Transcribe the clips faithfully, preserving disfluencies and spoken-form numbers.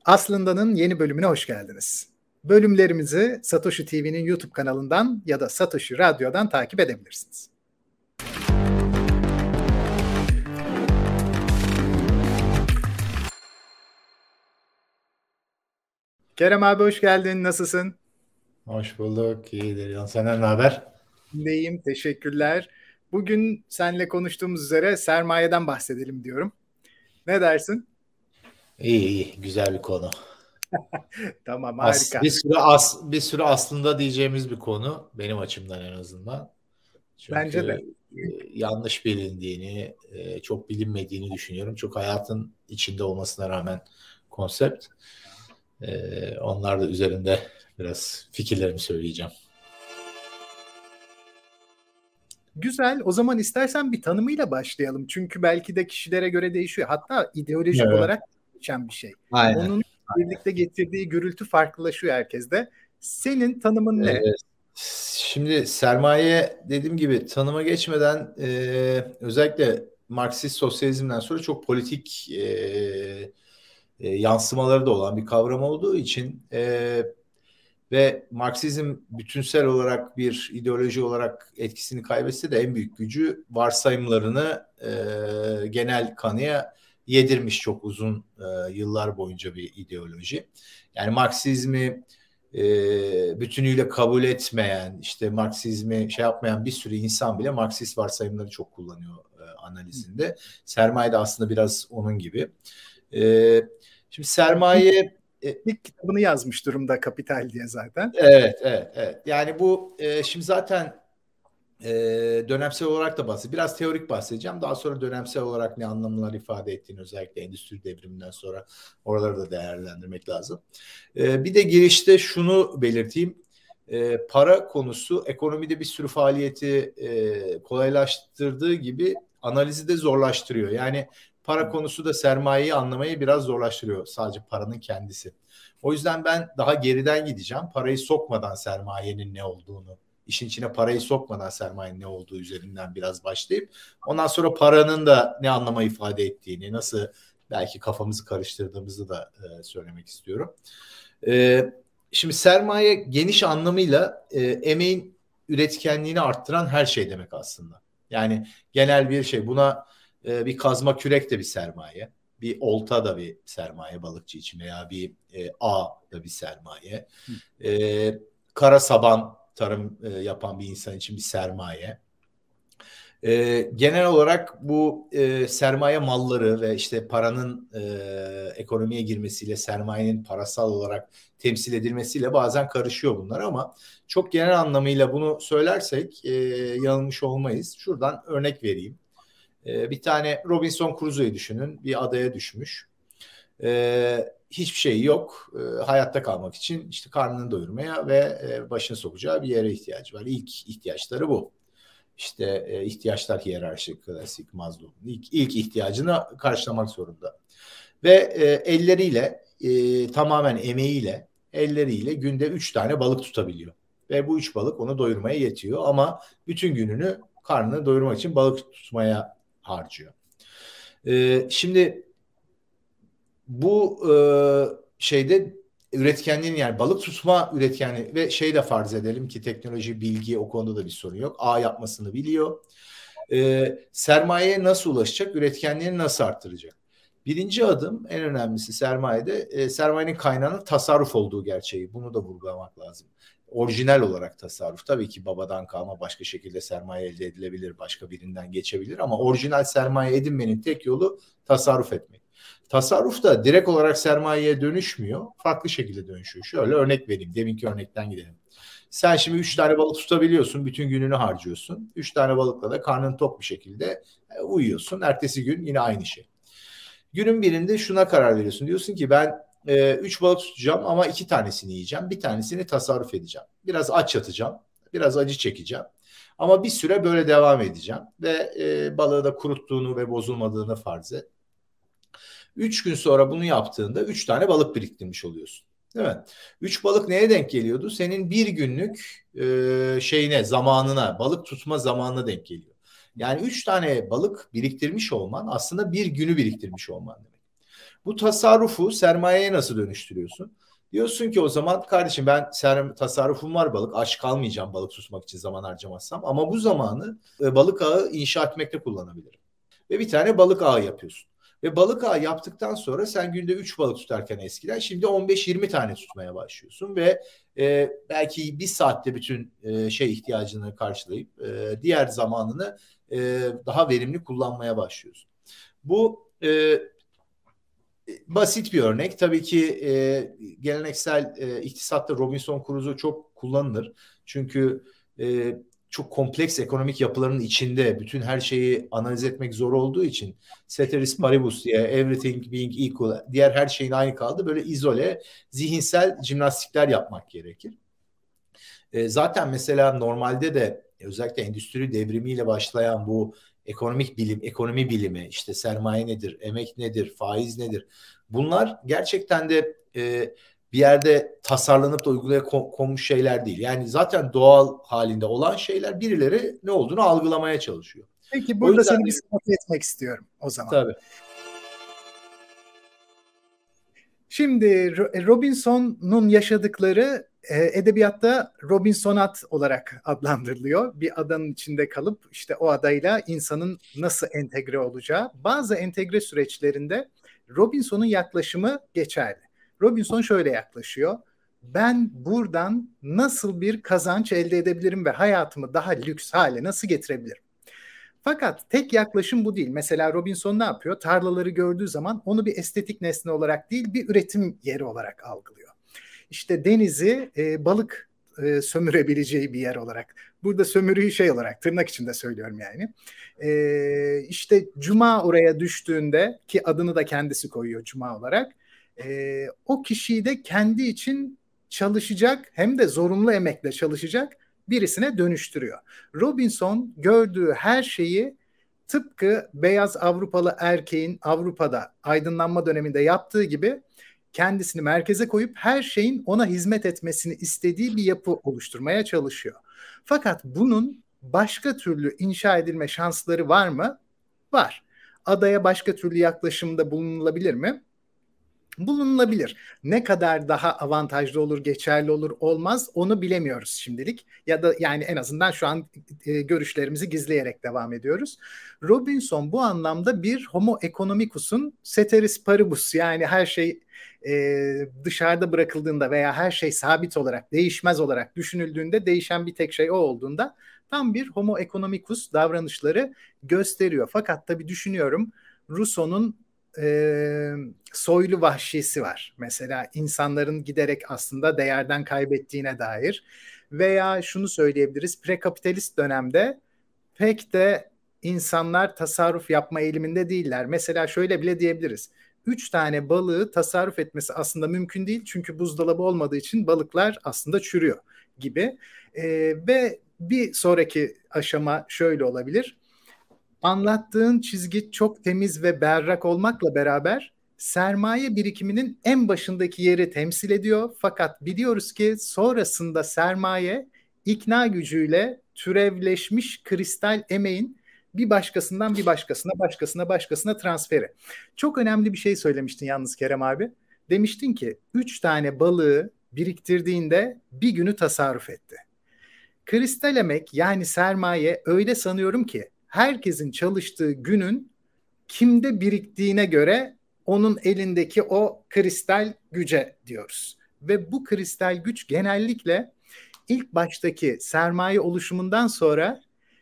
Aslında'nın yeni bölümüne hoş geldiniz. Bölümlerimizi Satoshi T V'nin YouTube kanalından ya da Satoshi Radyo'dan takip edebilirsiniz. Kerem abi hoş geldin. Nasılsın? Hoş bulduk. İyidir. Yan senden ne haber? İyiyim. Teşekkürler. Bugün seninle konuştuğumuz üzere sermayeden bahsedelim diyorum. Ne dersin? İyi iyi. Güzel bir konu. Tamam, As, harika. bir sürü as, bir sürü aslında diyeceğimiz bir konu benim açımdan en azından. Bence de. Çünkü e, yanlış bilindiğini, e, çok bilinmediğini düşünüyorum. Çok hayatın içinde olmasına rağmen konsept. E, onlar da üzerinde biraz fikirlerimi söyleyeceğim. Güzel. O zaman istersen bir tanımıyla başlayalım. Çünkü belki de kişilere göre değişiyor. Hatta ideolojik Evet. olarak geçen bir şey. Aynen. Onun birlikte getirdiği gürültü farklılaşıyor herkeste. Senin tanımın ne? Evet. Şimdi sermaye dediğim gibi tanıma geçmeden e, özellikle Marksist sosyalizmden sonra çok politik e, e, yansımaları da olan bir kavram olduğu için e, ve Marksizm bütünsel olarak bir ideoloji olarak etkisini kaybetse de en büyük gücü varsayımlarını e, genel kanıya yedirmiş çok uzun e, yıllar boyunca bir ideoloji. Yani Marksizmi e, bütünüyle kabul etmeyen, işte Marksizmi şey yapmayan bir sürü insan bile Marksist varsayımları çok kullanıyor e, analizinde. Sermaye de aslında biraz onun gibi. E, şimdi sermaye İlk kitabını yazmış durumda Kapital diye zaten. Evet, evet, evet. Yani bu e, şimdi zaten e, dönemsel olarak da bahsedeceğim. Biraz teorik bahsedeceğim. Daha sonra dönemsel olarak ne anlamlar ifade ettiğini özellikle endüstri devriminden sonra oraları da değerlendirmek lazım. E, bir de girişte şunu belirteyim. E, para konusu ekonomide bir sürü faaliyeti e, kolaylaştırdığı gibi analizi de zorlaştırıyor. Yani para konusu da sermayeyi anlamayı biraz zorlaştırıyor. Sadece paranın kendisi. O yüzden ben daha geriden gideceğim. Parayı sokmadan sermayenin ne olduğunu, işin içine parayı sokmadan sermayenin ne olduğu üzerinden biraz başlayıp ondan sonra paranın da ne anlama ifade ettiğini, nasıl belki kafamızı karıştırdığımızı da e, söylemek istiyorum. E, şimdi sermaye geniş anlamıyla e, emeğin üretkenliğini arttıran her şey demek aslında. Yani genel bir şey. Buna e, bir kazma kürek de bir sermaye. Bir olta da bir sermaye balıkçı için veya bir e, ağ da bir sermaye. E, kara saban tarım e, yapan bir insan için bir sermaye. E, genel olarak bu e, sermaye malları ve işte paranın e, ekonomiye girmesiyle sermayenin parasal olarak temsil edilmesiyle bazen karışıyor bunlar ama çok genel anlamıyla bunu söylersek e, yanılmış olmayız. Şuradan örnek vereyim. E, bir tane Robinson Crusoe'yu düşünün. Bir adaya düşmüş. E, hiçbir şey yok. E, hayatta kalmak için işte karnını doyurmaya ve e, başını sokacağı bir yere ihtiyacı var. İlk ihtiyaçları bu. İşte e, ihtiyaçlar hiyerarşik, klasik, Maslow'un ilk, ilk ihtiyacını karşılamak zorunda. Ve e, elleriyle, e, tamamen emeğiyle, elleriyle günde üç tane balık tutabiliyor. Ve bu üç balık onu doyurmaya yetiyor ama bütün gününü karnını doyurmak için balık tutmaya harcıyor. E, şimdi bu e, şeyde üretkenliğin yani balık tutma üretkenliği ve şey de farz edelim ki teknoloji, bilgi o konuda da bir sorun yok. Ağ yapmasını biliyor. E, sermayeye nasıl ulaşacak? Üretkenliğini nasıl arttıracak? Birinci adım en önemlisi sermayede e, sermayenin kaynağının tasarruf olduğu gerçeği. Bunu da vurgulamak lazım. Orijinal olarak tasarruf. Tabii ki babadan kalma başka şekilde sermaye elde edilebilir. Başka birinden geçebilir ama orijinal sermaye edinmenin tek yolu tasarruf etmek. Tasarruf da direkt olarak sermayeye dönüşmüyor. Farklı şekilde dönüşüyor. Şöyle örnek vereyim. Deminki örnekten gidelim. Sen şimdi üç tane balık tutabiliyorsun. Bütün gününü harcıyorsun. Üç tane balıkla da karnın tok bir şekilde uyuyorsun. Ertesi gün yine aynı şey. Günün birinde şuna karar veriyorsun. Diyorsun ki ben e, üç balık tutacağım ama iki tanesini yiyeceğim. Bir tanesini tasarruf edeceğim. Biraz aç yatacağım. Biraz acı çekeceğim. Ama bir süre böyle devam edeceğim. Ve e, balığı da kuruttuğunu ve bozulmadığını farz et. Üç gün sonra bunu yaptığında üç tane balık biriktirmiş oluyorsun. Değil mi? Üç balık neye denk geliyordu? Senin bir günlük e, şeyine, zamanına, balık tutma zamanına denk geliyor. Yani üç tane balık biriktirmiş olman aslında bir günü biriktirmiş olman demek. Bu tasarrufu sermayeye nasıl dönüştürüyorsun? Diyorsun ki o zaman kardeşim ben ser, tasarrufum var balık. Aç kalmayacağım balık tutmak için zaman harcamazsam. Ama bu zamanı e, balık ağı inşa etmekte kullanabilirim. Ve bir tane balık ağı yapıyorsun. Ve balık ağı yaptıktan sonra sen günde üç balık tutarken eskiden şimdi on beş yirmi tane tutmaya başlıyorsun. Ve e, belki bir saatte bütün e, şey ihtiyacını karşılayıp e, diğer zamanını e, daha verimli kullanmaya başlıyorsun. Bu e, basit bir örnek. Tabii ki e, geleneksel e, iktisatta Robinson Crusoe çok kullanılır. Çünkü e, çok kompleks ekonomik yapıların içinde bütün her şeyi analiz etmek zor olduğu için ceteris paribus diye everything being equal, diğer her şeyin aynı kaldı. Böyle izole, zihinsel jimnastikler yapmak gerekir. E, zaten mesela normalde de özellikle endüstri devrimiyle başlayan bu ekonomik bilim, ekonomi bilimi, işte sermaye nedir, emek nedir, faiz nedir? Bunlar gerçekten de e, bir yerde tasarlanıp da uygulaya konmuş şeyler değil. Yani zaten doğal halinde olan şeyler, birileri ne olduğunu algılamaya çalışıyor. Peki burada seni bir sabote etmek istiyorum o zaman. Tabii. Şimdi Robinson'un yaşadıkları edebiyatta Robinsonat olarak adlandırılıyor. Bir adanın içinde kalıp işte o adayla insanın nasıl entegre olacağı. Bazı entegre süreçlerinde Robinson'un yaklaşımı geçerli. Robinson şöyle yaklaşıyor. Ben buradan nasıl bir kazanç elde edebilirim ve hayatımı daha lüks hale nasıl getirebilirim? Fakat tek yaklaşım bu değil. Mesela Robinson ne yapıyor? Tarlaları gördüğü zaman onu bir estetik nesne olarak değil, bir üretim yeri olarak algılıyor. İşte denizi e, balık e, sömürebileceği bir yer olarak. Burada sömürüyü şey olarak, tırnak içinde söylüyorum yani. E, işte Cuma oraya düştüğünde, ki adını da kendisi koyuyor Cuma olarak, e, o kişiyi de kendi için çalışacak, hem de zorunlu emekle çalışacak birisine dönüştürüyor. Robinson gördüğü her şeyi tıpkı beyaz Avrupalı erkeğin Avrupa'da aydınlanma döneminde yaptığı gibi kendisini merkeze koyup her şeyin ona hizmet etmesini istediği bir yapı oluşturmaya çalışıyor. Fakat bunun başka türlü inşa edilme şansları var mı? Var. Adaya başka türlü yaklaşımda bulunulabilir mi? Bulunulabilir. Ne kadar daha avantajlı olur, geçerli olur, olmaz onu bilemiyoruz şimdilik. Ya da yani en azından şu an e, görüşlerimizi gizleyerek devam ediyoruz. Robinson bu anlamda bir homo economicus'un ceteris paribus, yani her şey e, dışarıda bırakıldığında veya her şey sabit olarak, değişmez olarak düşünüldüğünde değişen bir tek şey o olduğunda tam bir homo economicus davranışları gösteriyor. Fakat tabii düşünüyorum, Rousseau'nun e, soylu vahşisi var. Mesela insanların giderek aslında değerden kaybettiğine dair. Veya şunu söyleyebiliriz, prekapitalist dönemde pek de insanlar tasarruf yapma eğiliminde değiller. Mesela şöyle bile diyebiliriz. Üç tane balığı tasarruf etmesi aslında mümkün değil. Çünkü buzdolabı olmadığı için balıklar aslında çürüyor gibi. E, ve bir sonraki aşama şöyle olabilir. Anlattığın çizgi çok temiz ve berrak olmakla beraber sermaye birikiminin en başındaki yeri temsil ediyor. Fakat biliyoruz ki sonrasında sermaye ikna gücüyle türevleşmiş kristal emeğin bir başkasından bir başkasına, başkasına, başkasına transferi. Çok önemli bir şey söylemiştin yalnız Kerem abi. Demiştin ki üç tane balığı biriktirdiğinde bir günü tasarruf etti. Kristal emek, yani sermaye, öyle sanıyorum ki herkesin çalıştığı günün kimde biriktiğine göre onun elindeki o kristal güce diyoruz. Ve bu kristal güç genellikle ilk baştaki sermaye oluşumundan sonra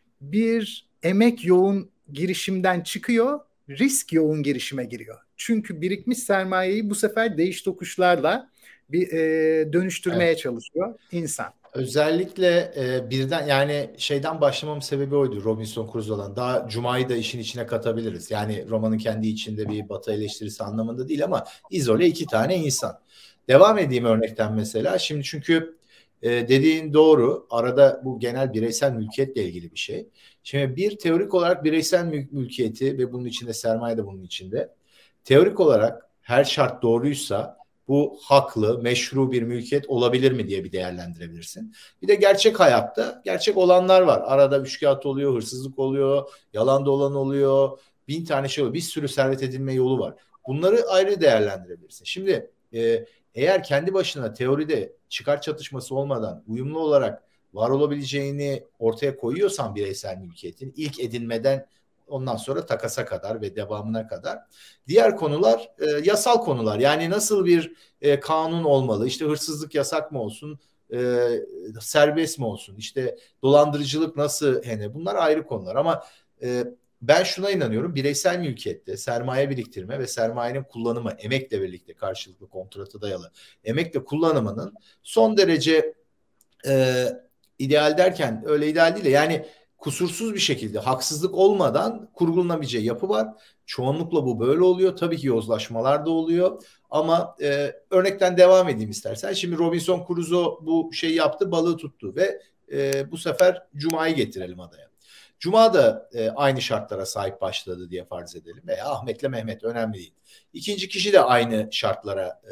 bir emek yoğun girişimden çıkıyor, risk yoğun girişime giriyor. Çünkü birikmiş sermayeyi bu sefer değiş tokuşlarla bir e, dönüştürmeye evet. çalışıyor insan. Özellikle e, birden yani şeyden başlamamın sebebi oydu, Robinson Crusoe'dan. Daha Cuma'yı da işin içine katabiliriz. Yani romanın kendi içinde bir Batı eleştirisi anlamında değil ama izole iki tane insan. Devam edeyim örnekten mesela. Şimdi çünkü e, dediğin doğru. Arada bu genel bireysel mülkiyetle ilgili bir şey. Şimdi bir teorik olarak bireysel mül- mülkiyeti ve bunun içinde sermaye de bunun içinde. Teorik olarak her şart doğruysa bu haklı, meşru bir mülkiyet olabilir mi diye bir değerlendirebilirsin. Bir de gerçek hayatta gerçek olanlar var. Arada üçkağıt oluyor, hırsızlık oluyor, yalan dolan oluyor, bin tane şey oluyor. Bir sürü servet edinme yolu var. Bunları ayrı değerlendirebilirsin. Şimdi e, eğer kendi başına teoride çıkar çatışması olmadan uyumlu olarak var olabileceğini ortaya koyuyorsan bireysel mülkiyetin ilk edinmeden ondan sonra takasa kadar ve devamına kadar. Diğer konular e, yasal konular. Yani nasıl bir e, kanun olmalı? İşte hırsızlık yasak mı olsun? E, serbest mi olsun? İşte dolandırıcılık nasıl? Hani bunlar ayrı konular ama e, ben şuna inanıyorum. Bireysel mülkiyette sermaye biriktirme ve sermayenin kullanımı emekle birlikte karşılıklı kontrata dayalı emekle kullanımının son derece e, ideal derken öyle ideal değil de yani kusursuz bir şekilde haksızlık olmadan kurgulanabileceği yapı var. Çoğunlukla bu böyle oluyor. Tabii ki yozlaşmalar da oluyor. Ama e, örnekten devam edeyim istersen. Şimdi Robinson Crusoe bu şeyi yaptı, balığı tuttu ve e, bu sefer Cuma'yı getirelim adaya. Cuma da e, aynı şartlara sahip başladı diye farz edelim. Veya Ahmet'le Mehmet önemli değil. İkinci kişi de aynı şartlara e,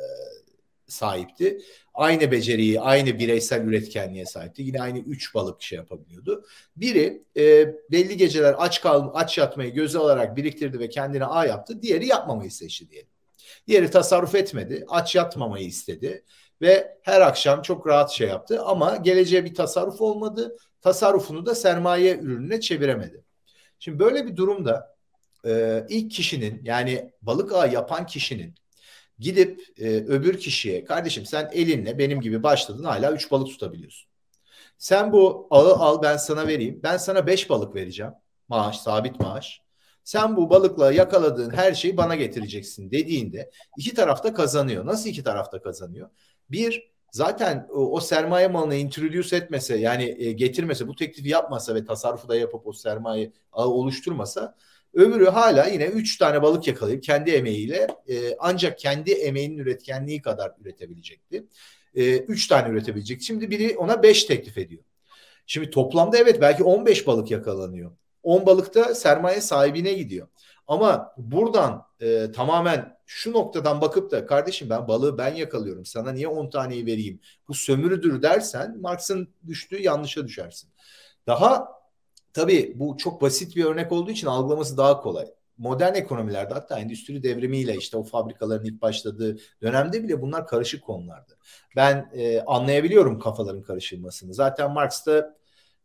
sahipti. Aynı beceriyi, aynı bireysel üretkenliğe sahipti. Yine aynı üç balık şey yapabiliyordu. Biri e, belli geceler aç kal, aç yatmayı göze alarak biriktirdi ve kendine ağ yaptı. Diğeri yapmamayı seçti diyelim. Diğeri tasarruf etmedi, aç yatmamayı istedi ve her akşam çok rahat şey yaptı ama geleceğe bir tasarruf olmadı. Tasarrufunu da sermaye ürününe çeviremedi. Şimdi böyle bir durumda e, ilk kişinin yani balık ağı yapan kişinin gidip e, öbür kişiye kardeşim sen elinle benim gibi başladın hala üç balık tutabiliyorsun. Sen bu ağı al ben sana vereyim. Ben sana beş balık vereceğim. Maaş, sabit maaş. Sen bu balıkla yakaladığın her şeyi bana getireceksin dediğinde iki tarafta kazanıyor. Nasıl iki tarafta kazanıyor? Bir, zaten o, o sermaye malını introduce etmese yani e, getirmese bu teklifi yapmasa ve tasarrufu da yapıp o sermaye ağı oluşturmasa öbürü hala yine üç tane balık yakalayıp kendi emeğiyle e, ancak kendi emeğinin üretkenliği kadar üretebilecekti. E, üç tane üretebilecek. Şimdi biri ona beş teklif ediyor. Şimdi toplamda evet belki on beş balık yakalanıyor. on balıkta sermaye sahibine gidiyor. Ama buradan e, tamamen şu noktadan bakıp da kardeşim ben balığı ben yakalıyorum. Sana niye on taneyi vereyim? Bu sömürüdür dersen Marx'ın düştüğü yanlışa düşersin. Daha tabii bu çok basit bir örnek olduğu için algılaması daha kolay. Modern ekonomilerde hatta endüstri devrimiyle işte o fabrikaların ilk başladığı dönemde bile bunlar karışık konulardı. Ben e, anlayabiliyorum kafaların karışılmasını. Zaten Marx da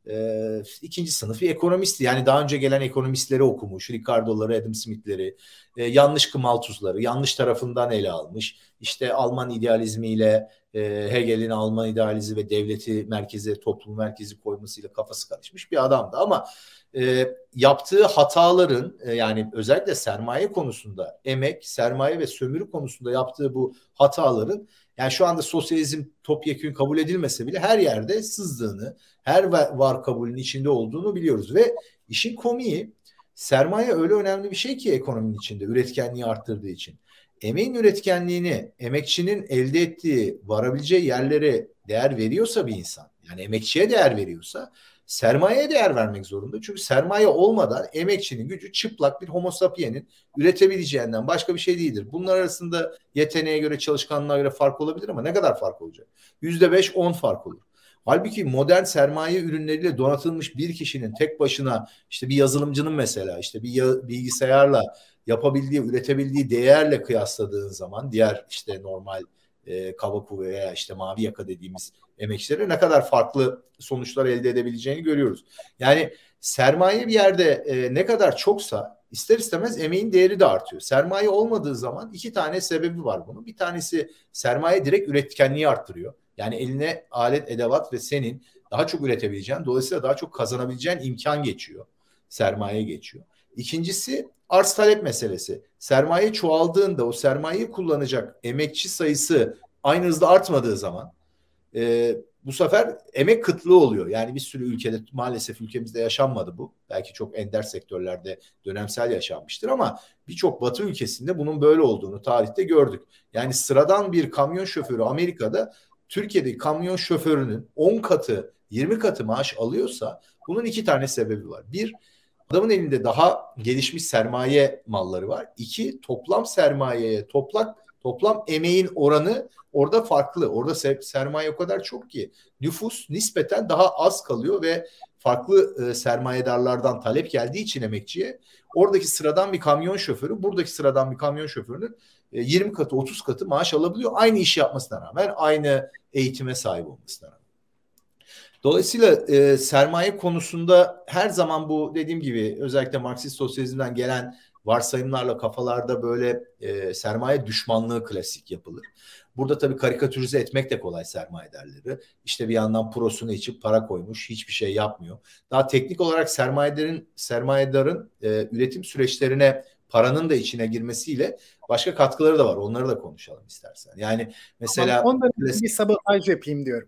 e, ikinci sınıf bir ekonomistti. Yani daha önce gelen ekonomistleri okumuş. Ricardo'ları, Adam Smith'leri, e, yanlış Kmalthus'ları, yanlış tarafından ele almış. İşte Alman idealizmiyle e, Hegel'in Alman idealizmi ve devleti merkeze, toplumu merkezi koymasıyla kafası karışmış bir adamdı. Ama e, yaptığı hataların e, yani özellikle sermaye konusunda, emek, sermaye ve sömürü konusunda yaptığı bu hataların yani şu anda sosyalizm topyekün kabul edilmese bile her yerde sızdığını, her var kabulün içinde olduğunu biliyoruz ve işin komiği sermaye öyle önemli bir şey ki ekonominin içinde üretkenliği arttırdığı için. Emeğin üretkenliğini, emekçinin elde ettiği, varabileceği yerlere değer veriyorsa bir insan, yani emekçiye değer veriyorsa sermayeye değer vermek zorunda. Çünkü sermaye olmadan emekçinin gücü çıplak bir homo sapiens'in üretebileceğinden başka bir şey değildir. Bunlar arasında yeteneğe göre, çalışkanlığa göre fark olabilir ama ne kadar fark olacak? yüzde beş on fark olur. Halbuki modern sermaye ürünleriyle donatılmış bir kişinin tek başına işte bir yazılımcının mesela işte bir bilgisayarla yapabildiği, üretebildiği değerle kıyasladığın zaman diğer işte normal e, kaba veya işte mavi yaka dediğimiz emekçilere ne kadar farklı sonuçlar elde edebileceğini görüyoruz. Yani sermaye bir yerde e, ne kadar çoksa ister istemez emeğin değeri de artıyor. Sermaye olmadığı zaman iki tane sebebi var bunun. Bir tanesi sermaye direkt üretkenliği arttırıyor. Yani eline alet, edevat ve senin daha çok üretebileceğin, dolayısıyla daha çok kazanabileceğin imkan geçiyor. Sermaye geçiyor. İkincisi arz talep meselesi. Sermaye çoğaldığında o sermayeyi kullanacak emekçi sayısı aynı hızda artmadığı zaman e, bu sefer emek kıtlığı oluyor. Yani bir sürü ülkede maalesef ülkemizde yaşanmadı bu. Belki çok ender sektörlerde dönemsel yaşanmıştır ama birçok Batı ülkesinde bunun böyle olduğunu tarihte gördük. Yani sıradan bir kamyon şoförü Amerika'da Türkiye'deki kamyon şoförünün on katı, yirmi katı maaş alıyorsa bunun iki tane sebebi var. Bir, adamın elinde daha gelişmiş sermaye malları var. İki, toplam sermayeye, toplam, toplam emeğin oranı orada farklı. Orada sermaye o kadar çok ki nüfus nispeten daha az kalıyor ve farklı e, sermayedarlardan talep geldiği için emekçiye oradaki sıradan bir kamyon şoförü buradaki sıradan bir kamyon şoförünün e, yirmi katı otuz katı maaş alabiliyor. Aynı işi yapmasına rağmen, aynı eğitime sahip olmasına rağmen. Dolayısıyla e, sermaye konusunda her zaman bu dediğim gibi özellikle Marksist sosyalizmden gelen varsayımlarla kafalarda böyle e, sermaye düşmanlığı klasik yapılır. Burada tabii karikatürize etmek de kolay sermayedarları. İşte bir yandan prosunu içip para koymuş, hiçbir şey yapmıyor. Daha teknik olarak sermayedarın sermayedarın e, üretim süreçlerine paranın da içine girmesiyle başka katkıları da var. Onları da konuşalım istersen. Yani mesela tamam, ondan bir sabotaj yapayım diyorum.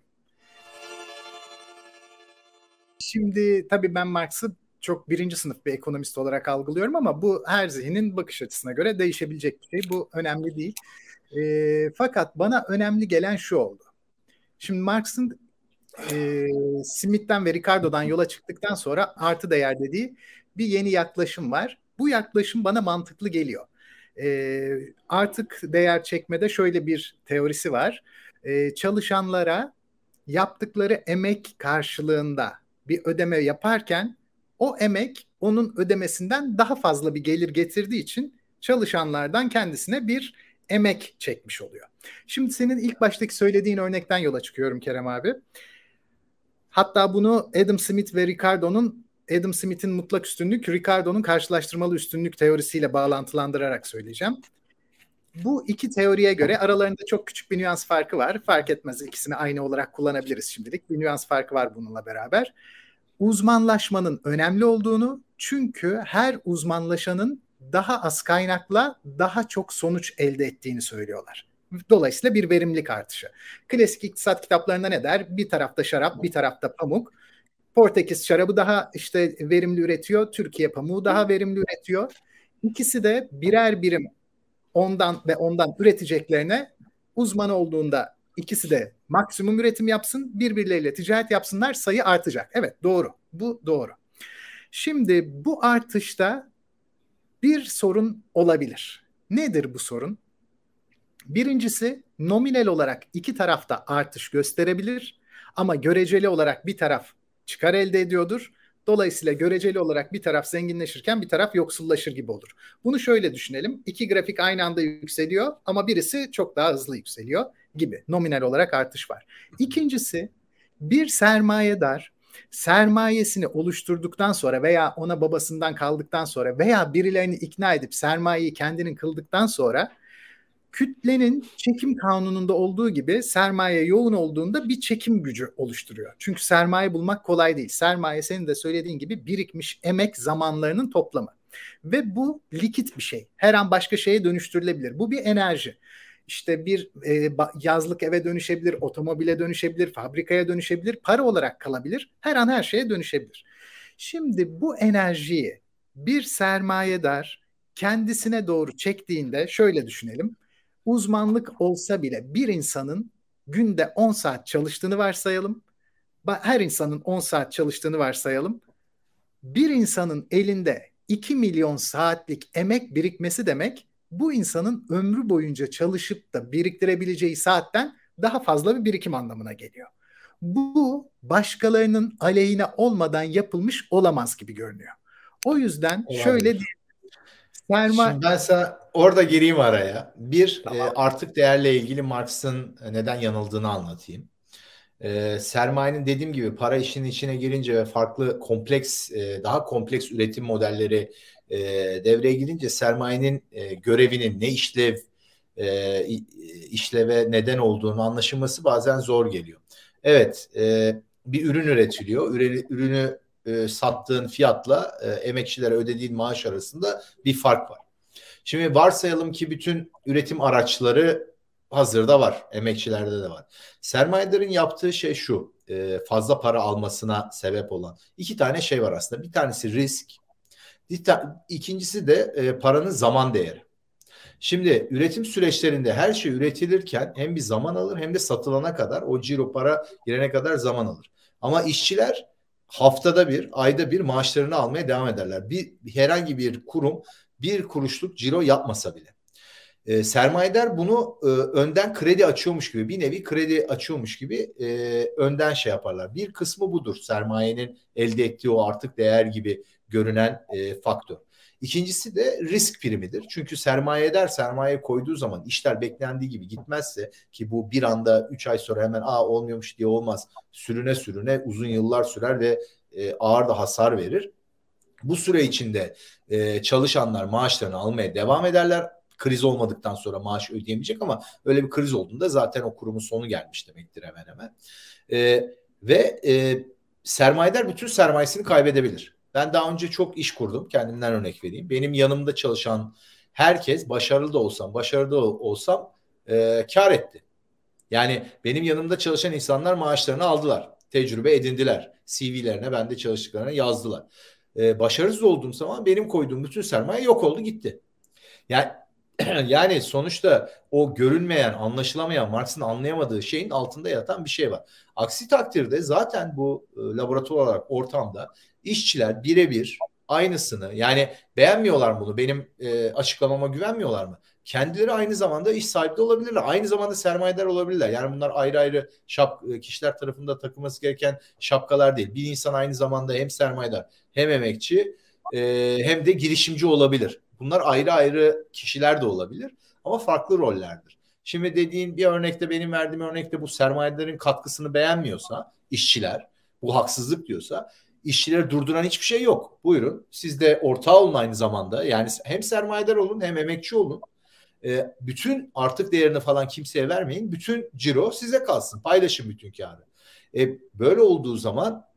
Şimdi tabii ben Marx'ı çok birinci sınıf bir ekonomist olarak algılıyorum ama bu her zihnin bakış açısına göre değişebilecek bir şey. Bu önemli değil. E, fakat bana önemli gelen şu oldu. Şimdi Marx'ın e, Smith'ten ve Ricardo'dan yola çıktıktan sonra artı değer dediği bir yeni yaklaşım var. Bu yaklaşım bana mantıklı geliyor. E, artık değer çekmede şöyle bir teorisi var. E, çalışanlara yaptıkları emek karşılığında bir ödeme yaparken o emek onun ödemesinden daha fazla bir gelir getirdiği için çalışanlardan kendisine bir emek çekmiş oluyor. Şimdi senin ilk baştaki söylediğin örnekten yola çıkıyorum Kerem abi. Hatta bunu Adam Smith ve Ricardo'nun Adam Smith'in mutlak üstünlük, Ricardo'nun karşılaştırmalı üstünlük teorisiyle bağlantılandırarak söyleyeceğim. Bu iki teoriye göre aralarında çok küçük bir nüans farkı var. Fark etmez, ikisini aynı olarak kullanabiliriz şimdilik. Bir nüans farkı var bununla beraber. Uzmanlaşmanın önemli olduğunu, çünkü her uzmanlaşanın daha az kaynakla daha çok sonuç elde ettiğini söylüyorlar. Dolayısıyla bir verimlilik artışı. Klasik iktisat kitaplarında ne der? Bir tarafta şarap, bir tarafta pamuk. Portekiz şarabı daha işte verimli üretiyor, Türkiye pamuğu daha verimli üretiyor. İkisi de birer birim ondan ve ondan üreteceklerine uzman olduğunda ikisi de maksimum üretim yapsın, birbirleriyle ticaret yapsınlar, sayı artacak. Evet, doğru. Bu doğru. Şimdi bu artışta bir sorun olabilir. Nedir bu sorun? Birincisi, nominal olarak iki tarafta artış gösterebilir ama göreceli olarak bir taraf çıkar elde ediyordur. Dolayısıyla göreceli olarak bir taraf zenginleşirken bir taraf yoksullaşır gibi olur. Bunu şöyle düşünelim. İki grafik aynı anda yükseliyor ama birisi çok daha hızlı yükseliyor gibi. Nominal olarak artış var. İkincisi, bir sermayedar sermayesini oluşturduktan sonra veya ona babasından kaldıktan sonra veya birilerini ikna edip sermayeyi kendinin kıldıktan sonra kütlenin çekim kanununda olduğu gibi sermaye yoğun olduğunda bir çekim gücü oluşturuyor. Çünkü sermaye bulmak kolay değil. Sermaye, senin de söylediğin gibi, birikmiş emek zamanlarının toplamı. Ve bu likit bir şey. Her an başka şeye dönüştürülebilir. Bu bir enerji. İşte bir e, yazlık eve dönüşebilir, otomobile dönüşebilir, fabrikaya dönüşebilir, para olarak kalabilir. Her an her şeye dönüşebilir. Şimdi bu enerjiyi bir sermayedar kendisine doğru çektiğinde şöyle düşünelim. Uzmanlık olsa bile bir insanın günde on saat çalıştığını varsayalım. Her insanın on saat çalıştığını varsayalım. Bir insanın elinde iki milyon saatlik emek birikmesi demek, bu insanın ömrü boyunca çalışıp da biriktirebileceği saatten daha fazla bir birikim anlamına geliyor. Bu başkalarının aleyhine olmadan yapılmış olamaz gibi görünüyor. O yüzden olabilir. Şöyle diyeyim. Serma... Şimdi ben sana orada gireyim araya. Bir, tamam. e, artık değerle ilgili Marx'ın neden yanıldığını anlatayım. E, sermayenin dediğim gibi para işinin içine girince ve farklı kompleks, e, daha kompleks üretim modelleri e, devreye girince sermayenin e, görevinin ne işlev e, işleve neden olduğunu anlaşılması bazen zor geliyor. Evet, e, bir ürün üretiliyor. Ürünü, ürünü e, sattığın fiyatla e, emekçilere ödediğin maaş arasında bir fark var. Şimdi varsayalım ki bütün üretim araçları hazırda var. Emekçilerde de var. Sermayedarın yaptığı şey şu. E, fazla para almasına sebep olan iki tane şey var aslında. Bir tanesi risk. İkincisi de e, paranın zaman değeri. Şimdi üretim süreçlerinde her şey üretilirken hem bir zaman alır hem de satılana kadar, o ciro para girene kadar zaman alır. Ama işçiler haftada bir, ayda bir maaşlarını almaya devam ederler. Bir herhangi bir kurum bir kuruşluk ciro yapmasa bile. E, sermayeler bunu e, önden kredi açıyormuş gibi, bir nevi kredi açıyormuş gibi e, önden şey yaparlar. Bir kısmı budur, sermayenin elde ettiği o artık değer gibi görünen e, faktör. İkincisi de risk primidir. Çünkü sermayedar sermaye koyduğu zaman işler beklendiği gibi gitmezse, ki bu bir anda üç ay sonra hemen aa olmuyormuş diye olmaz. Sürüne sürüne uzun yıllar sürer ve e, ağır da hasar verir. Bu süre içinde e, çalışanlar maaşlarını almaya devam ederler. Kriz olmadıktan sonra maaş ödeyemeyecek, ama öyle bir kriz olduğunda zaten o kurumun sonu gelmiş demektir hemen hemen. E, ve e, sermayedar bütün sermayesini kaybedebilir. Ben daha önce çok iş kurdum. Kendimden örnek vereyim. Benim yanımda çalışan herkes, başarılı da olsam, başarılı da olsam e, kar etti. Yani benim yanımda çalışan insanlar maaşlarını aldılar. Tecrübe edindiler. C V'lerine bende çalıştıklarını yazdılar. Ee, başarısız olduğum zaman benim koyduğum bütün sermaye yok oldu gitti. Yani yani sonuçta o görünmeyen, anlaşılamayan, Marx'ın anlayamadığı şeyin altında yatan bir şey var. Aksi takdirde zaten bu e, laboratuvar olarak ortamda işçiler birebir aynısını, yani beğenmiyorlar bunu, benim e, açıklamama güvenmiyorlar mı? Kendileri aynı zamanda iş sahibi de olabilirler. Aynı zamanda sermayedar olabilirler. Yani bunlar ayrı ayrı şap, kişiler tarafında takılması gereken şapkalar değil. Bir insan aynı zamanda hem sermayedar hem emekçi e, hem de girişimci olabilir. Bunlar ayrı ayrı kişiler de olabilir ama farklı rollerdir. Şimdi dediğin bir örnekte, benim verdiğim örnekte bu sermayedarın katkısını beğenmiyorsa işçiler, bu haksızlık diyorsa, işçileri durduran hiçbir şey yok. Buyurun siz de ortağı olun aynı zamanda. Yani hem sermayedar olun hem emekçi olun. E, bütün artık değerini falan kimseye vermeyin. Bütün ciro size kalsın. Paylaşın bütün karı. E, böyle olduğu zaman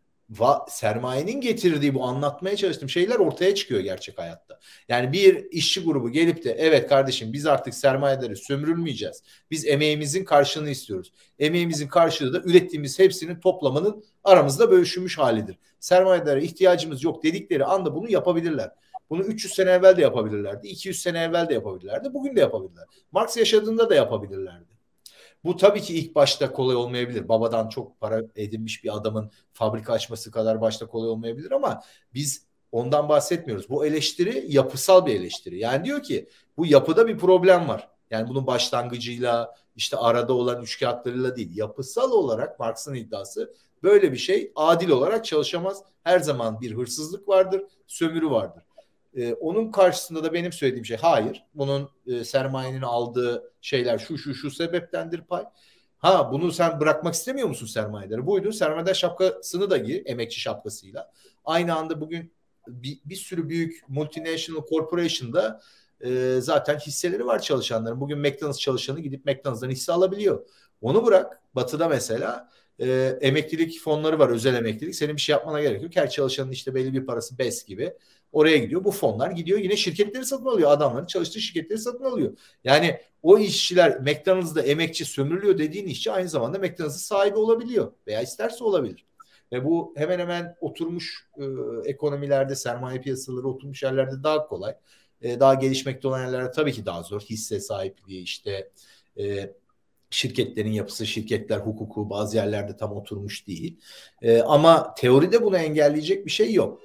va- sermayenin getirdiği bu anlatmaya çalıştığım şeyler ortaya çıkıyor gerçek hayatta. Yani bir işçi grubu gelip de evet kardeşim biz artık sermayeleri sömürülmeyeceğiz. Biz emeğimizin karşılığını istiyoruz. Emeğimizin karşılığı da ürettiğimiz hepsinin toplamının aramızda bölüşülmüş halidir. Sermayelere ihtiyacımız yok dedikleri anda bunu yapabilirler. Bunu üç yüz sene evvel de yapabilirlerdi. iki yüz sene evvel de yapabilirlerdi. Bugün de yapabilirler. Marx yaşadığında da yapabilirlerdi. Bu tabii ki ilk başta kolay olmayabilir. Babadan çok para edinmiş bir adamın fabrika açması kadar başta kolay olmayabilir, ama biz ondan bahsetmiyoruz. Bu eleştiri yapısal bir eleştiri. Yani diyor ki bu yapıda bir problem var. Yani bunun başlangıcıyla, işte arada olan üçkağıtlarıyla değil. Yapısal olarak Marx'ın iddiası böyle bir şey adil olarak çalışamaz. Her zaman bir hırsızlık vardır, sömürü vardır. Ee, onun karşısında da benim söylediğim şey hayır. Bunun e, sermayenin aldığı şeyler şu şu şu sebeptendir pay. Ha bunu sen bırakmak istemiyor musun sermayeleri? Buyurun sermayeler şapkasını da giy, emekçi şapkasıyla. Aynı anda bugün bir, bir sürü büyük multinational corporation'da e, zaten hisseleri var çalışanların. Bugün McDonald's çalışanı gidip McDonald's'dan hisse alabiliyor. Onu bırak. Batı'da mesela e, emeklilik fonları var, özel emeklilik. Senin bir şey yapmana gerek yok. Her çalışanın işte belli bir parası B E S gibi oraya gidiyor. Bu fonlar gidiyor yine şirketleri satın alıyor. Adamların çalıştığı şirketleri satın alıyor. Yani o işçiler McDonald's'da emekçi sömürülüyor dediğin işçi aynı zamanda McDonald's'ın sahibi olabiliyor. Veya isterse olabilir. Ve bu hemen hemen oturmuş e, ekonomilerde, sermaye piyasaları oturmuş yerlerde daha kolay. E, daha gelişmekte olan yerlerde tabii ki daha zor. Hisse sahipliği, işte e, şirketlerin yapısı, şirketler hukuku bazı yerlerde tam oturmuş değil. E, ama teoride bunu engelleyecek bir şey yok.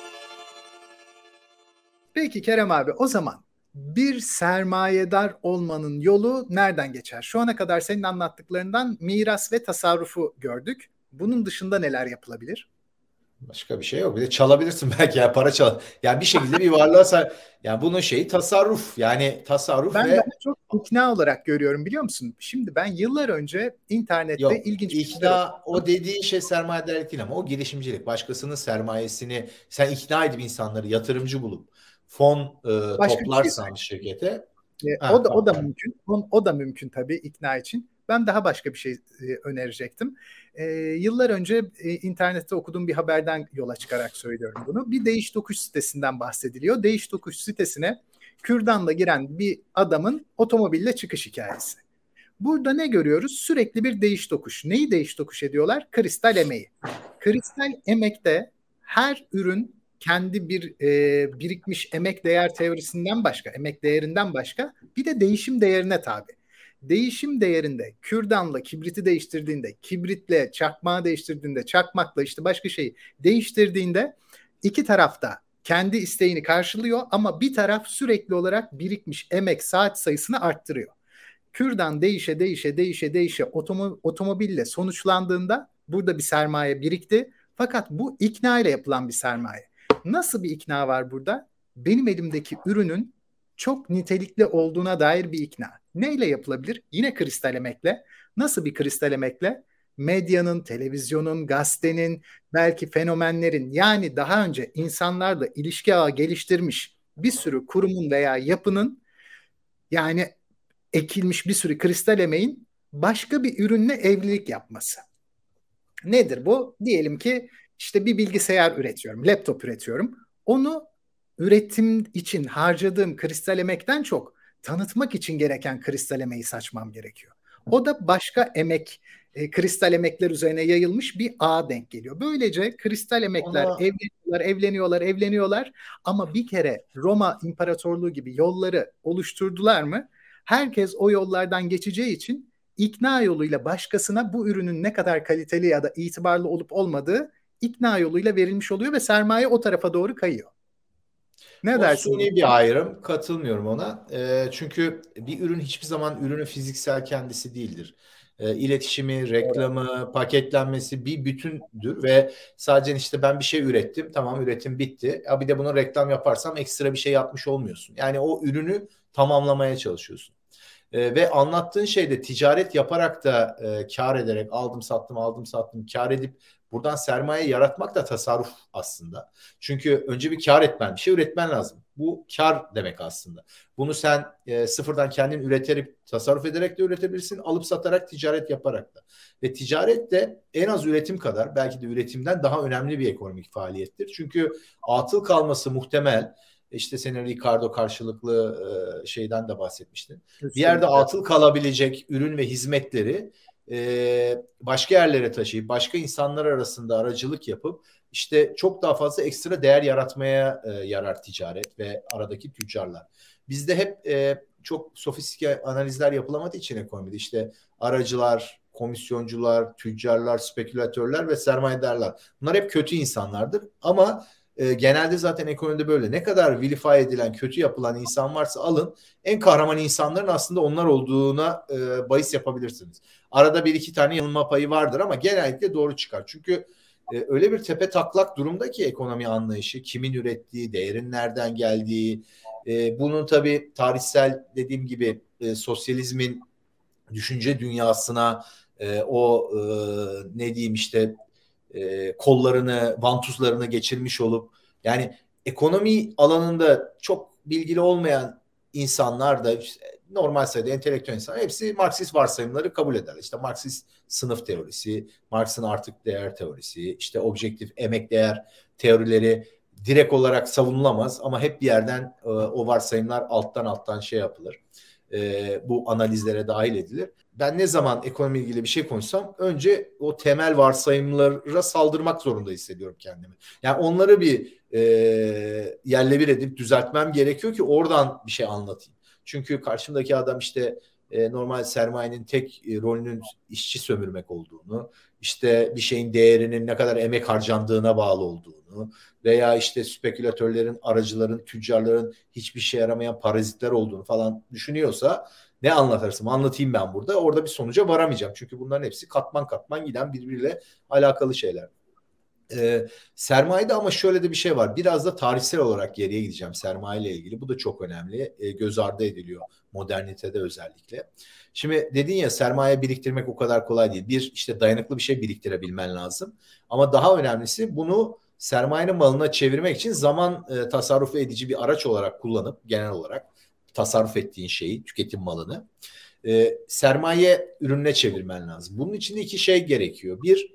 Peki Kerem abi, o zaman bir sermayedar olmanın yolu nereden geçer? Şu ana kadar senin anlattıklarından miras ve tasarrufu gördük. Bunun dışında neler yapılabilir? Başka bir şey yok. Bir de çalabilirsin belki ya, para çal. Yani bir şekilde bir varlığa sahip. Yani bunun şeyi tasarruf. Yani tasarruf Ben daha ve çok ikna olarak görüyorum, biliyor musun? Şimdi ben yıllar önce internette yok. ilginç bir şeyler İkna, okudum. o dediğin şey sermayedarlık değil ama o girişimcilik. Başkasının sermayesini sen ikna edip insanları yatırımcı bulup fon e, Başka bir şey toplarsan söyleyeyim. şirkete. E, o Ha, da o da tamam. mümkün. O, o da mümkün tabii ikna için. Ben daha başka bir şey e, önerecektim. E, yıllar önce e, internette okuduğum bir haberden yola çıkarak söylüyorum bunu. Bir değiş tokuş sitesinden bahsediliyor. Değiş tokuş sitesine kürdanla giren bir adamın otomobille çıkış hikayesi. Burada ne görüyoruz? Sürekli bir değiş tokuş. Neyi değiş tokuş ediyorlar? Kristal emeği. Kristal emekte her ürün kendi bir e, birikmiş emek değer teorisinden başka, emek değerinden başka bir de değişim değerine tabi. Değişim değerinde kürdanla kibriti değiştirdiğinde, kibritle çakmağı değiştirdiğinde, çakmakla işte başka şeyi değiştirdiğinde iki tarafta kendi isteğini karşılıyor ama bir taraf sürekli olarak birikmiş emek saat sayısını arttırıyor. Kürdan değişe değişe değişe değişe otomo- otomobille sonuçlandığında burada bir sermaye birikti. Fakat bu ikna ile yapılan bir sermaye. Nasıl bir ikna var burada? Benim elimdeki ürünün çok nitelikli olduğuna dair bir ikna. Neyle yapılabilir? Yine kristal emekle. Nasıl bir kristal emekle? Medyanın, televizyonun, gazetenin, belki fenomenlerin, yani daha önce insanlarla ilişki ağı geliştirmiş bir sürü kurumun veya yapının, yani ekilmiş bir sürü kristal emeğin başka bir ürünle evlilik yapması. Nedir bu? Diyelim ki işte bir bilgisayar üretiyorum, laptop üretiyorum. Onu üretim için harcadığım kristal emekten çok tanıtmak için gereken kristal emeği saçmam gerekiyor. O da başka emek, e, kristal emekler üzerine yayılmış bir ağ denk geliyor. Böylece kristal emekler Ona... evleniyorlar, evleniyorlar, evleniyorlar ama bir kere Roma İmparatorluğu gibi yolları oluşturdular mı? Herkes o yollardan geçeceği için ikna yoluyla başkasına bu ürünün ne kadar kaliteli ya da itibarlı olup olmadığı ikna yoluyla verilmiş oluyor ve sermaye o tarafa doğru kayıyor. Ne O dersin? suni bir ayrım. Katılmıyorum ona. E, çünkü bir ürün hiçbir zaman ürünün fiziksel kendisi değildir. E, iletişimi, reklamı, paketlenmesi bir bütündür ve sadece işte ben bir şey ürettim. Tamam, üretim bitti. Ya bir de bunu reklam yaparsam ekstra bir şey yapmış olmuyorsun. Yani o ürünü tamamlamaya çalışıyorsun. E, ve anlattığın şeyde ticaret yaparak da e, kar ederek aldım sattım aldım sattım kar edip buradan sermaye yaratmak da tasarruf aslında. Çünkü önce bir kar etmen, bir şey üretmen lazım. Bu kar demek aslında. Bunu sen e, sıfırdan kendin üreterek, tasarruf ederek de üretebilirsin, alıp satarak, ticaret yaparak da. Ve ticaret de en az üretim kadar, belki de üretimden daha önemli bir ekonomik faaliyettir. Çünkü atıl kalması muhtemel. İşte senin Ricardo karşılıklı e, şeyden de bahsetmiştin. Bir yerde atıl kalabilecek ürün ve hizmetleri e, başka yerlere taşıyıp başka insanlar arasında aracılık yapıp işte çok daha fazla ekstra değer yaratmaya e, yarar ticaret ve aradaki tüccarlar. Bizde hep e, çok sofistike analizler yapılamadığı için ekonomide işte aracılar, komisyoncular, tüccarlar, spekülatörler ve sermayedarlar. Bunlar hep kötü insanlardır ama E, genelde zaten ekonomide böyle. Ne kadar vilify edilen, kötü yapılan insan varsa alın. En kahraman insanların aslında onlar olduğuna e, bahis yapabilirsiniz. Arada bir iki tane yanılma payı vardır ama genellikle doğru çıkar. Çünkü e, öyle bir tepe taklak durumda ki ekonomi anlayışı, kimin ürettiği, değerin nereden geldiği, e, bunun tabii tarihsel dediğim gibi e, sosyalizmin düşünce dünyasına e, o e, ne diyeyim işte e, kollarını, vantuzlarını geçirmiş olup yani ekonomi alanında çok bilgili olmayan insanlar da işte, normal sayıda entelektüel insanlar hepsi Marksist varsayımları kabul eder. İşte Marksist sınıf teorisi, Marx'ın artık değer teorisi, işte objektif emek değer teorileri direkt olarak savunulamaz ama hep bir yerden e, o varsayımlar alttan alttan şey yapılır. E, bu analizlere dahil edilir. Ben ne zaman ekonomi ilgili bir şey konuşsam önce o temel varsayımlara saldırmak zorunda hissediyorum kendimi. Yani onları bir e, yerle bir edip düzeltmem gerekiyor ki oradan bir şey anlatayım. Çünkü karşımdaki adam işte e, normal sermayenin tek e, rolünün işçi sömürmek olduğunu, işte bir şeyin değerinin ne kadar emek harcandığına bağlı olduğunu veya işte spekülatörlerin, aracıların, tüccarların hiçbir şey yaramayan parazitler olduğunu falan düşünüyorsa ne anlatırsam anlatayım ben burada. Orada bir sonuca varamayacağım. Çünkü bunların hepsi katman katman giden birbiriyle alakalı şeyler. Ee, sermayede ama şöyle de bir şey var. Biraz da tarihsel olarak geriye gideceğim sermaye ile ilgili. Bu da çok önemli. Ee, göz ardı ediliyor modernitede özellikle. Şimdi dedin ya sermaye biriktirmek o kadar kolay değil. Bir işte dayanıklı bir şey biriktirebilmen lazım. Ama daha önemlisi bunu sermayenin malına çevirmek için zaman e, tasarrufu edici bir araç olarak kullanıp genel olarak tasarruf ettiğin şeyi, tüketim malını e, sermaye ürününe çevirmen lazım. Bunun için de iki şey gerekiyor. Bir,